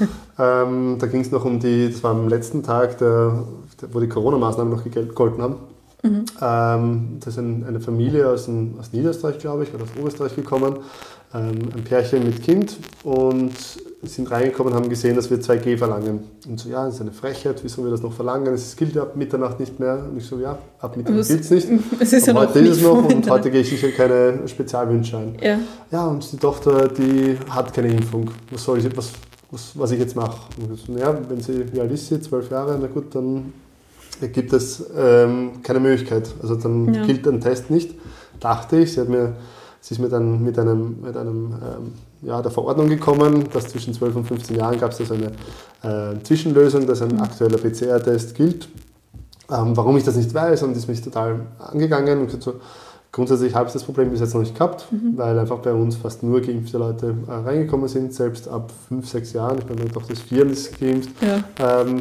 ähm, da ging es noch um die, das war am letzten Tag, der, der, wo die Corona-Maßnahmen noch gegolten haben. Mhm. Ähm, das ist ein, eine Familie aus, ein, aus Niederösterreich, glaube ich, oder aus Oberösterreich gekommen. Ähm, ein Pärchen mit Kind und sind reingekommen und haben gesehen, dass wir zwei G verlangen. Und so, ja, das ist eine Frechheit, wieso sollen wir das noch verlangen? Es gilt ja ab Mitternacht nicht mehr. Und ich so, ja, ab Mitternacht gilt es nicht. Es ist ja heute ist es noch und heute gehe ich sicher keine Spezialwünsche ein. Ja. Ja, und die Tochter, die hat keine Impfung. Was soll ich, was, was, was ich jetzt mache? Und ich so, ja, wenn sie, wie alt ist sie? Zwölf Jahre, na gut, dann gibt es ähm, keine Möglichkeit. Also dann ja. gilt ein Test nicht, dachte ich. Sie, hat mir, sie ist mit einem, mit einem, mit einem ähm, ja, der Verordnung gekommen, dass zwischen zwölf und fünfzehn Jahren gab es da so eine äh, Zwischenlösung, dass ein aktueller P C R-Test gilt. Ähm, warum ich das nicht weiß, und ist mich total angegangen und gesagt so, grundsätzlich habe ich das Problem bis jetzt noch nicht gehabt, mhm. weil einfach bei uns fast nur geimpfte Leute äh, reingekommen sind, selbst ab fünf, sechs Jahren. Ich bin meine Tochter ist vier und ist geimpft. Ja. Ähm,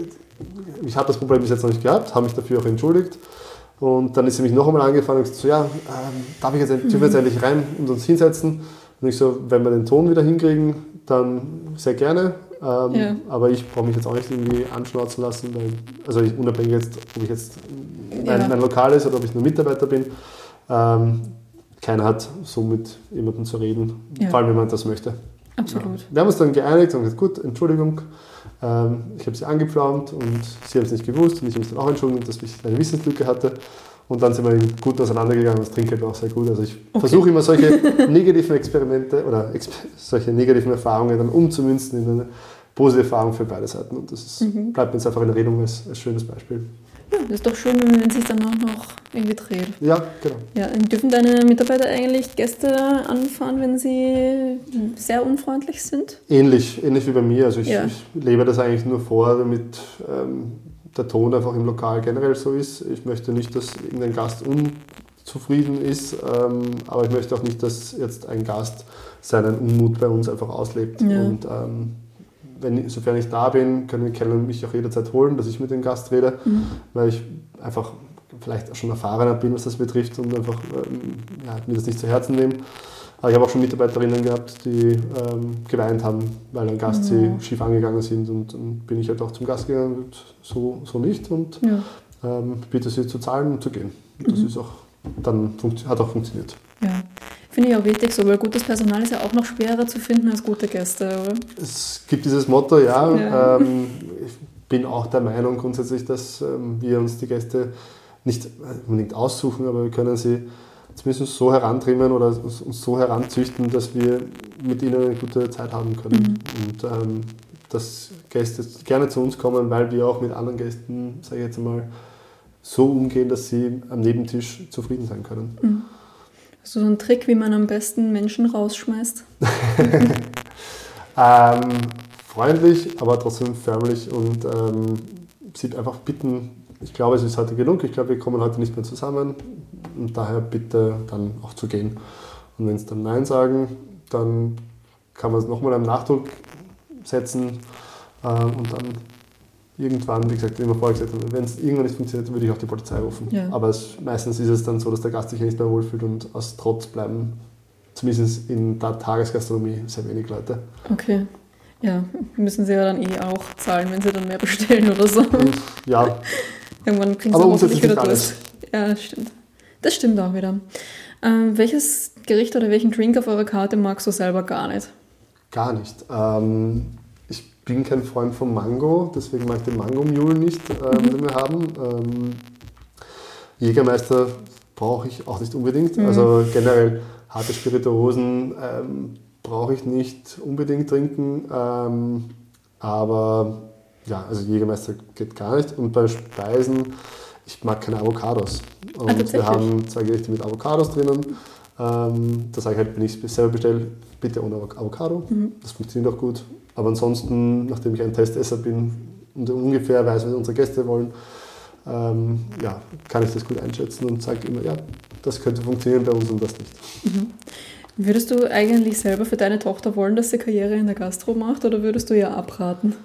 ich habe das Problem bis jetzt noch nicht gehabt, habe mich dafür auch entschuldigt. Und dann ist sie mich noch einmal angefangen und gesagt so, ja, ähm, darf ich jetzt, dürfen wir jetzt endlich rein und uns hinsetzen? Und ich so, wenn wir den Ton wieder hinkriegen, dann sehr gerne. Ähm, ja. Aber ich brauche mich jetzt auch nicht irgendwie anschnauzen lassen, weil, also ich, unabhängig jetzt, ob ich jetzt mein, ja. mein Lokal ist oder ob ich nur Mitarbeiter bin. Ähm, keiner hat so mit jemandem zu reden, ja. vor allem wenn man das möchte. Absolut. Ja. Wir haben uns dann geeinigt und gesagt, gut, Entschuldigung, ähm, ich habe sie angepflaumt und sie haben es nicht gewusst und ich habe mich dann auch entschuldigt, dass ich eine Wissenslücke hatte. Und dann sind wir gut auseinandergegangen und das Trinkgeld war auch sehr gut. Also ich okay. versuche immer solche negativen Experimente oder exp- solche negativen Erfahrungen dann umzumünzen in eine positive Erfahrung für beide Seiten. Und das ist, mhm. bleibt mir jetzt einfach in Erinnerung als, als schönes Beispiel. Ja, das ist doch schön, wenn es sich dann auch noch irgendwie dreht. Ja, genau. Ja, dürfen deine Mitarbeiter eigentlich Gäste anfahren, wenn sie sehr unfreundlich sind? Ähnlich, ähnlich wie bei mir. Also ich, ja. ich lebe das eigentlich nur vor, damit ähm, der Ton einfach im Lokal generell so ist. Ich möchte nicht, dass irgendein Gast unzufrieden ist, ähm, aber ich möchte auch nicht, dass jetzt ein Gast seinen Unmut bei uns einfach auslebt. Ja. Und ähm, wenn, sofern ich da bin, können die Kellner mich auch jederzeit holen, dass ich mit dem Gast rede, mhm. weil ich einfach vielleicht schon erfahrener bin, was das betrifft und einfach ähm, ja, mir das nicht zu Herzen nehme. Aber ich habe auch schon Mitarbeiterinnen gehabt, die ähm, geweint haben, weil ein Gast mhm. sie schief angegangen sind und dann bin ich halt auch zum Gast gegangen und so, so nicht und ja. ähm, bitte sie zu zahlen und zu gehen. Und das mhm. ist auch, dann funktio- hat auch funktioniert. Ja. Finde ich auch wichtig, so, weil gutes Personal ist ja auch noch schwerer zu finden als gute Gäste, oder? Es gibt dieses Motto, ja. ja. Ähm, ich bin auch der Meinung grundsätzlich, dass ähm, wir uns die Gäste nicht unbedingt aussuchen, aber wir können sie zumindest so herantrimmen oder uns so heranzüchten, dass wir mit ihnen eine gute Zeit haben können. Mhm. Und ähm, dass Gäste gerne zu uns kommen, weil wir auch mit anderen Gästen, sage ich jetzt einmal, so umgehen, dass sie am Nebentisch zufrieden sein können. Mhm. Hast du so einen Trick, wie man am besten Menschen rausschmeißt? ähm, freundlich, aber trotzdem förmlich und ähm, sie einfach bitten, ich glaube, es ist heute genug, ich glaube, wir kommen heute nicht mehr zusammen und daher bitte dann auch zu gehen. Und wenn sie dann Nein sagen, dann kann man es nochmal am Nachdruck setzen äh, und dann irgendwann, wie gesagt, wie wir vorher gesagt haben, wenn es irgendwann nicht funktioniert, würde ich auch die Polizei rufen. Ja. Aber es, meistens ist es dann so, dass der Gast sich nicht mehr wohlfühlt und aus Trotz bleiben, zumindest in der Tagesgastronomie, sehr wenig Leute. Okay. Ja, müssen sie ja dann eh auch zahlen, wenn sie dann mehr bestellen oder so. Ja. Irgendwann kriegen sie aber hoffentlich wieder durch. Ja, das stimmt. Das stimmt auch wieder. Ähm, welches Gericht oder welchen Drink auf eurer Karte magst du selber gar nicht? Gar nicht. Ähm, ich bin kein Freund vom Mango, deswegen mag ich den Mango-Mule nicht, ähm, mhm. den wir haben. Ähm, Jägermeister brauche ich auch nicht unbedingt. Mhm. Also generell harte Spirituosen ähm, brauche ich nicht unbedingt trinken. Ähm, aber ja, also Jägermeister geht gar nicht. Und bei Speisen, ich mag keine Avocados. Und ah, wir haben zwei Gerichte mit Avocados drinnen. Ähm, da sage ich halt, wenn ich es selber bestelle, bitte ohne Avocado. Mhm. Das funktioniert auch gut. Aber ansonsten, nachdem ich ein Testesser bin und ungefähr weiß, was unsere Gäste wollen, ähm, ja, kann ich das gut einschätzen und sage immer, ja, das könnte funktionieren bei uns und das nicht. Mhm. Würdest du eigentlich selber für deine Tochter wollen, dass sie Karriere in der Gastro macht oder würdest du ihr abraten?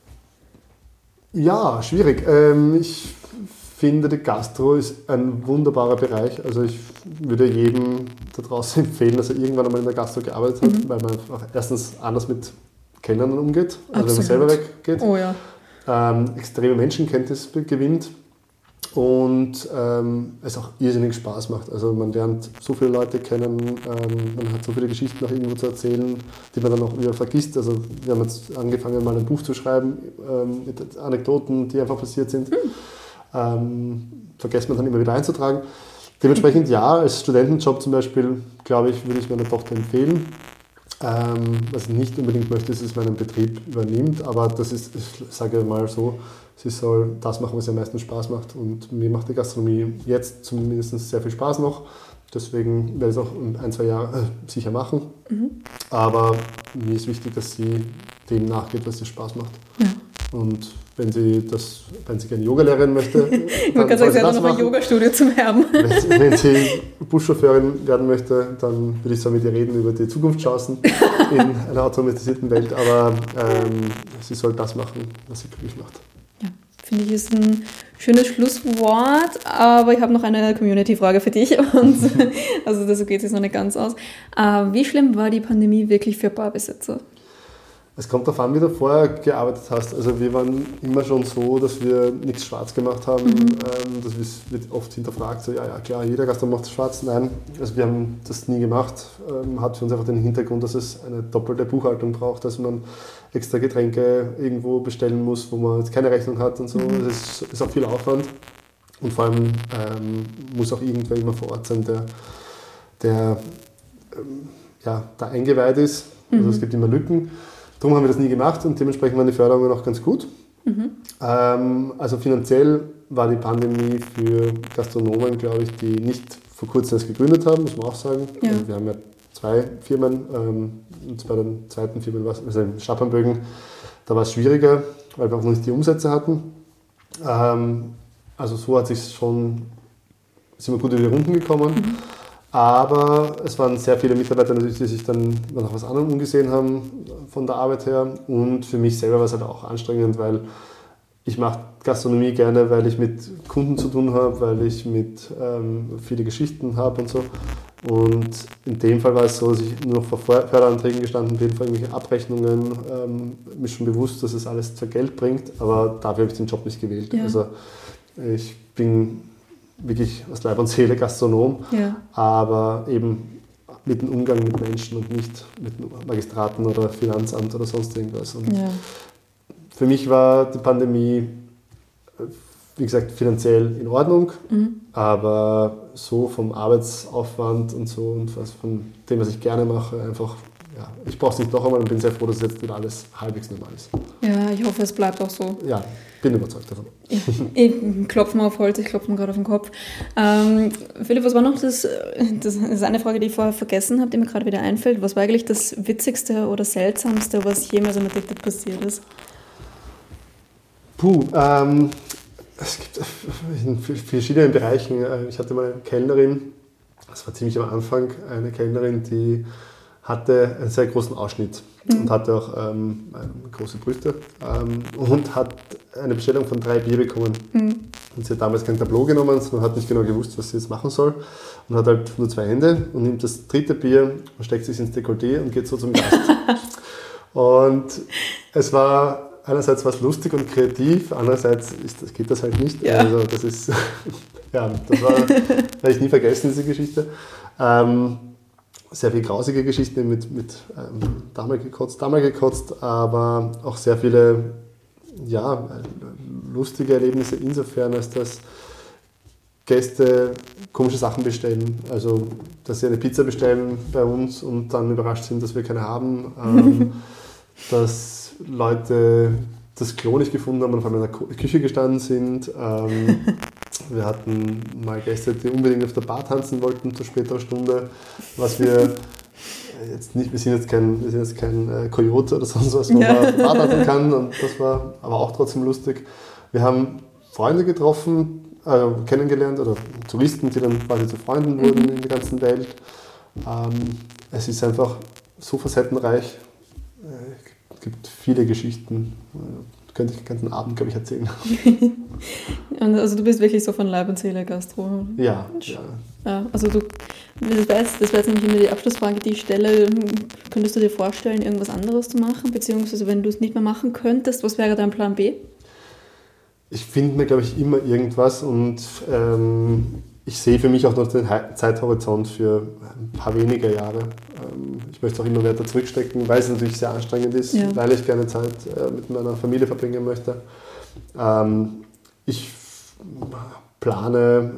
Ja, schwierig. Ähm, ich finde, die Gastro ist ein wunderbarer Bereich. Also ich würde jedem da draußen empfehlen, dass er irgendwann einmal in der Gastro gearbeitet hat, mhm. weil man auch erstens anders mit Kellnern umgeht, also Absolut. wenn man selber weggeht. Oh ja. Ähm, extreme Menschenkenntnis gewinnt und ähm, es auch irrsinnig Spaß macht. Also man lernt so viele Leute kennen, ähm, man hat so viele Geschichten noch irgendwo zu erzählen, die man dann auch wieder vergisst. Also wir haben jetzt angefangen, mal ein Buch zu schreiben ähm, mit Anekdoten, die einfach passiert sind. Mhm. Ähm, vergisst man dann immer wieder einzutragen. Dementsprechend ja, als Studentenjob zum Beispiel, glaube ich, würde ich meiner Tochter empfehlen. Ähm, was ich nicht unbedingt möchte, ist, dass man einen Betrieb übernimmt, aber das ist, ich sage mal so, sie soll das machen, was ihr am meisten Spaß macht und mir macht die Gastronomie jetzt zumindest sehr viel Spaß noch Deswegen werde ich es auch in ein, zwei Jahren äh, sicher machen. Mhm. Aber mir ist wichtig, dass sie dem nachgeht, was ihr Spaß macht. Ja. Und wenn sie, das, wenn sie gerne Yoga-Lehrerin möchte, ich wollte gerade sagen, sie hat noch ein Yoga-Studio zum Erben. Wenn, sie- wenn sie Buschauffeurin werden möchte, dann würde ich so mit ihr reden über die Zukunftschancen in einer automatisierten Welt. Aber ähm, sie soll das machen, was sie glücklich macht. Ja, finde ich, ist ein schönes Schlusswort, aber ich habe noch eine Community-Frage für dich. Und, also das geht jetzt noch nicht ganz aus. Äh, wie schlimm war die Pandemie wirklich für Barbesitzer? Es kommt darauf an, wie du vorher gearbeitet hast. Also wir waren immer schon so, dass wir nichts schwarz gemacht haben. Mhm. Ähm, das wird oft hinterfragt, so ja, ja klar, jeder Gastronom macht schwarz. Nein, also wir haben das nie gemacht. Ähm, hat für uns einfach den Hintergrund, dass es eine doppelte Buchhaltung braucht, dass man extra Getränke irgendwo bestellen muss, wo man jetzt keine Rechnung hat und so. Mhm. Das ist, ist auch viel Aufwand. Und vor allem ähm, muss auch irgendwer immer vor Ort sein, der, der ähm, ja, da eingeweiht ist. Also Mhm. es gibt immer Lücken. Darum haben wir das nie gemacht und dementsprechend waren die Förderungen auch ganz gut. Mhm. Ähm, also finanziell war die Pandemie für Gastronomen, glaube ich, die nicht vor kurzem erst gegründet haben, muss man auch sagen. Ja. Also wir haben ja zwei Firmen, ähm, und bei den zweiten Firmen, war es- also in Schapernbögen, da war es schwieriger, weil wir auch noch nicht die Umsätze hatten. Ähm, also so hat sich schon, sind wir gut über die Runden gekommen. Mhm. Aber es waren sehr viele Mitarbeiter, natürlich, die sich dann nach was anderem umgesehen haben von der Arbeit her. Und für mich selber war es halt auch anstrengend, weil ich mache Gastronomie gerne, weil ich mit Kunden zu tun habe, weil ich mit ähm, viele Geschichten habe und so. Und in dem Fall war es so, dass ich nur noch vor Förderanträgen gestanden bin, vor irgendwelchen Abrechnungen. Ähm, mir schon bewusst, dass es alles zwar Geld bringt, aber dafür habe ich den Job nicht gewählt. Ja. Also ich bin wirklich aus Leib und Seele Gastronom, Ja. aber eben mit dem Umgang mit Menschen und nicht mit Magistraten oder Finanzamt oder sonst irgendwas. Und Ja. für mich war die Pandemie, wie gesagt, finanziell in Ordnung, Mhm. aber so vom Arbeitsaufwand und so und was von dem, was ich gerne mache, einfach, ja, ich brauche es nicht noch einmal und bin sehr froh, dass jetzt wieder alles halbwegs normal ist. Ja, ich hoffe, es bleibt auch so. Ja, bin überzeugt davon. Ich, ich klopfe mal auf Holz, ich klopfe mir gerade auf den Kopf. Ähm, Philipp, was war noch das, das ist eine Frage, die ich vorher vergessen habe, die mir gerade wieder einfällt. Was war eigentlich das Witzigste oder Seltsamste, was jemals in Addicted passiert ist? Puh, ähm, es gibt in verschiedenen Bereichen. Ich hatte mal eine Kellnerin, das war ziemlich am Anfang, eine Kellnerin, die hatte einen sehr großen Ausschnitt mhm. und hatte auch ähm, große Brüste ähm, und hat eine Bestellung von drei Bier bekommen. Mhm. Und sie hat damals kein Tableau genommen, sondern hat nicht genau gewusst, was sie jetzt machen soll und hat halt nur zwei Hände und nimmt das dritte Bier und steckt sich ins Dekolleté und geht so zum Gast. Und es war einerseits was lustig und kreativ, andererseits ist das, geht das halt nicht. Ja. Also das ist, ja, das war, werde ich nie vergessen, diese Geschichte. Ähm, sehr viele grausige Geschichten mit, mit ähm, Dame gekotzt, Dame gekotzt, aber auch sehr viele, ja, lustige Erlebnisse insofern, als dass Gäste komische Sachen bestellen. Also, dass sie eine Pizza bestellen bei uns und dann überrascht sind, dass wir keine haben. Ähm, dass Leute das Klo nicht gefunden haben und auf einmal in der Küche gestanden sind. Ähm, wir hatten mal Gäste, die unbedingt auf der Bar tanzen wollten zu späterer Stunde, was wir jetzt nicht, wir sind jetzt kein, wir sind jetzt kein äh, Coyote oder sonst was, wo man auf der Bar tanzen kann, und das war aber auch trotzdem lustig. Wir haben Freunde getroffen, äh, kennengelernt oder Touristen, die dann quasi zu Freunden wurden mhm. in der ganzen Welt. Ähm, es ist einfach so facettenreich. Es gibt viele Geschichten, da könnte ich den ganzen Abend, glaube ich, erzählen. Und also du bist wirklich so von Leib und Seele Gastro? Ja, ja. Ja, also du, das wäre jetzt, das wär jetzt nämlich immer die Abschlussfrage, die ich stelle. Könntest du dir vorstellen, irgendwas anderes zu machen? Beziehungsweise wenn du es nicht mehr machen könntest, was wäre dein Plan B? Ich finde mir, glaube ich, immer irgendwas und ähm, ich sehe für mich auch noch den Zeithorizont für ein paar weniger Jahre. Ich möchte auch immer weiter zurückstecken, weil es natürlich sehr anstrengend ist, ja. weil ich gerne Zeit mit meiner Familie verbringen möchte. Ich plane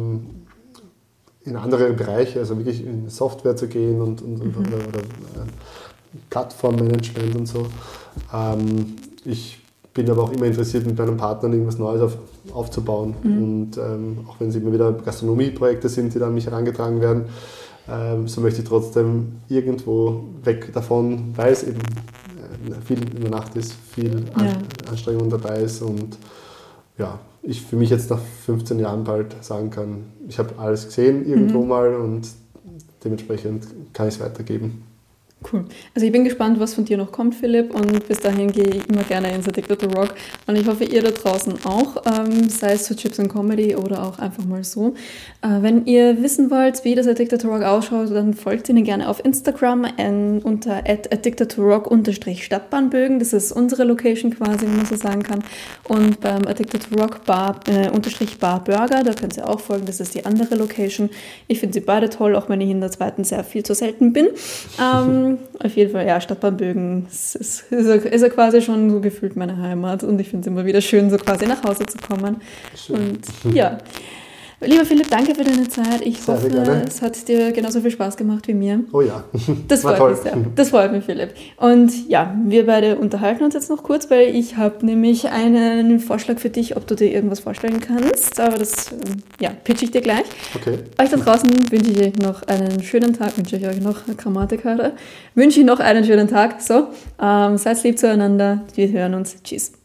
in andere Bereiche, also wirklich in Software zu gehen und, und, mhm. oder, oder Plattformmanagement und so. Ich bin aber auch immer interessiert, mit meinen Partnern irgendwas Neues auf, aufzubauen. Mhm. Und ähm, auch wenn es immer wieder Gastronomieprojekte sind, die dann an mich herangetragen werden, ähm, so möchte ich trotzdem irgendwo weg davon, weil es eben äh, viel in der Nacht ist, viel An- ja. Anstrengung dabei ist und ja, ich für mich jetzt nach fünfzehn Jahren bald sagen kann, ich habe alles gesehen irgendwo mhm. mal und dementsprechend kann ich es weitergeben. Cool. Also ich bin gespannt, was von dir noch kommt, Philipp, und bis dahin gehe ich immer gerne ins Addicted to Rock und ich hoffe, ihr da draußen auch, ähm, sei es zu Chips and Comedy oder auch einfach mal so. Äh, wenn ihr wissen wollt, wie das Addicted to Rock ausschaut, dann folgt ihnen gerne auf Instagram äh, unter at addicted to rock Stadtbahnbögen. Das ist unsere Location quasi, wenn man so sagen kann. Und beim Addicted to Rock Bar, äh, unterstrich Bar Burger, da könnt ihr auch folgen, das ist die andere Location. Ich finde sie beide toll, auch wenn ich in der zweiten sehr viel zu selten bin. Ähm, Auf jeden Fall, ja, Stadtbahnbögen ist, ist, ist, ja, ist ja quasi schon so gefühlt meine Heimat und ich finde es immer wieder schön, so quasi nach Hause zu kommen. Schön. Und ja, lieber Philipp, danke für deine Zeit. Ich sehr, hoffe, sehr es hat dir genauso viel Spaß gemacht wie mir. Oh ja, das freut mich sehr. Das freut mich, Philipp. Und ja, wir beide unterhalten uns jetzt noch kurz, weil ich habe nämlich einen Vorschlag für dich, ob du dir irgendwas vorstellen kannst. Aber das ja, pitche ich dir gleich. Okay. Euch da draußen wünsche ich euch noch einen schönen Tag, wünsche ich euch noch Grammatik heute. Wünsche ich noch einen schönen Tag. So, ähm, seid lieb zueinander. Wir hören uns. Tschüss.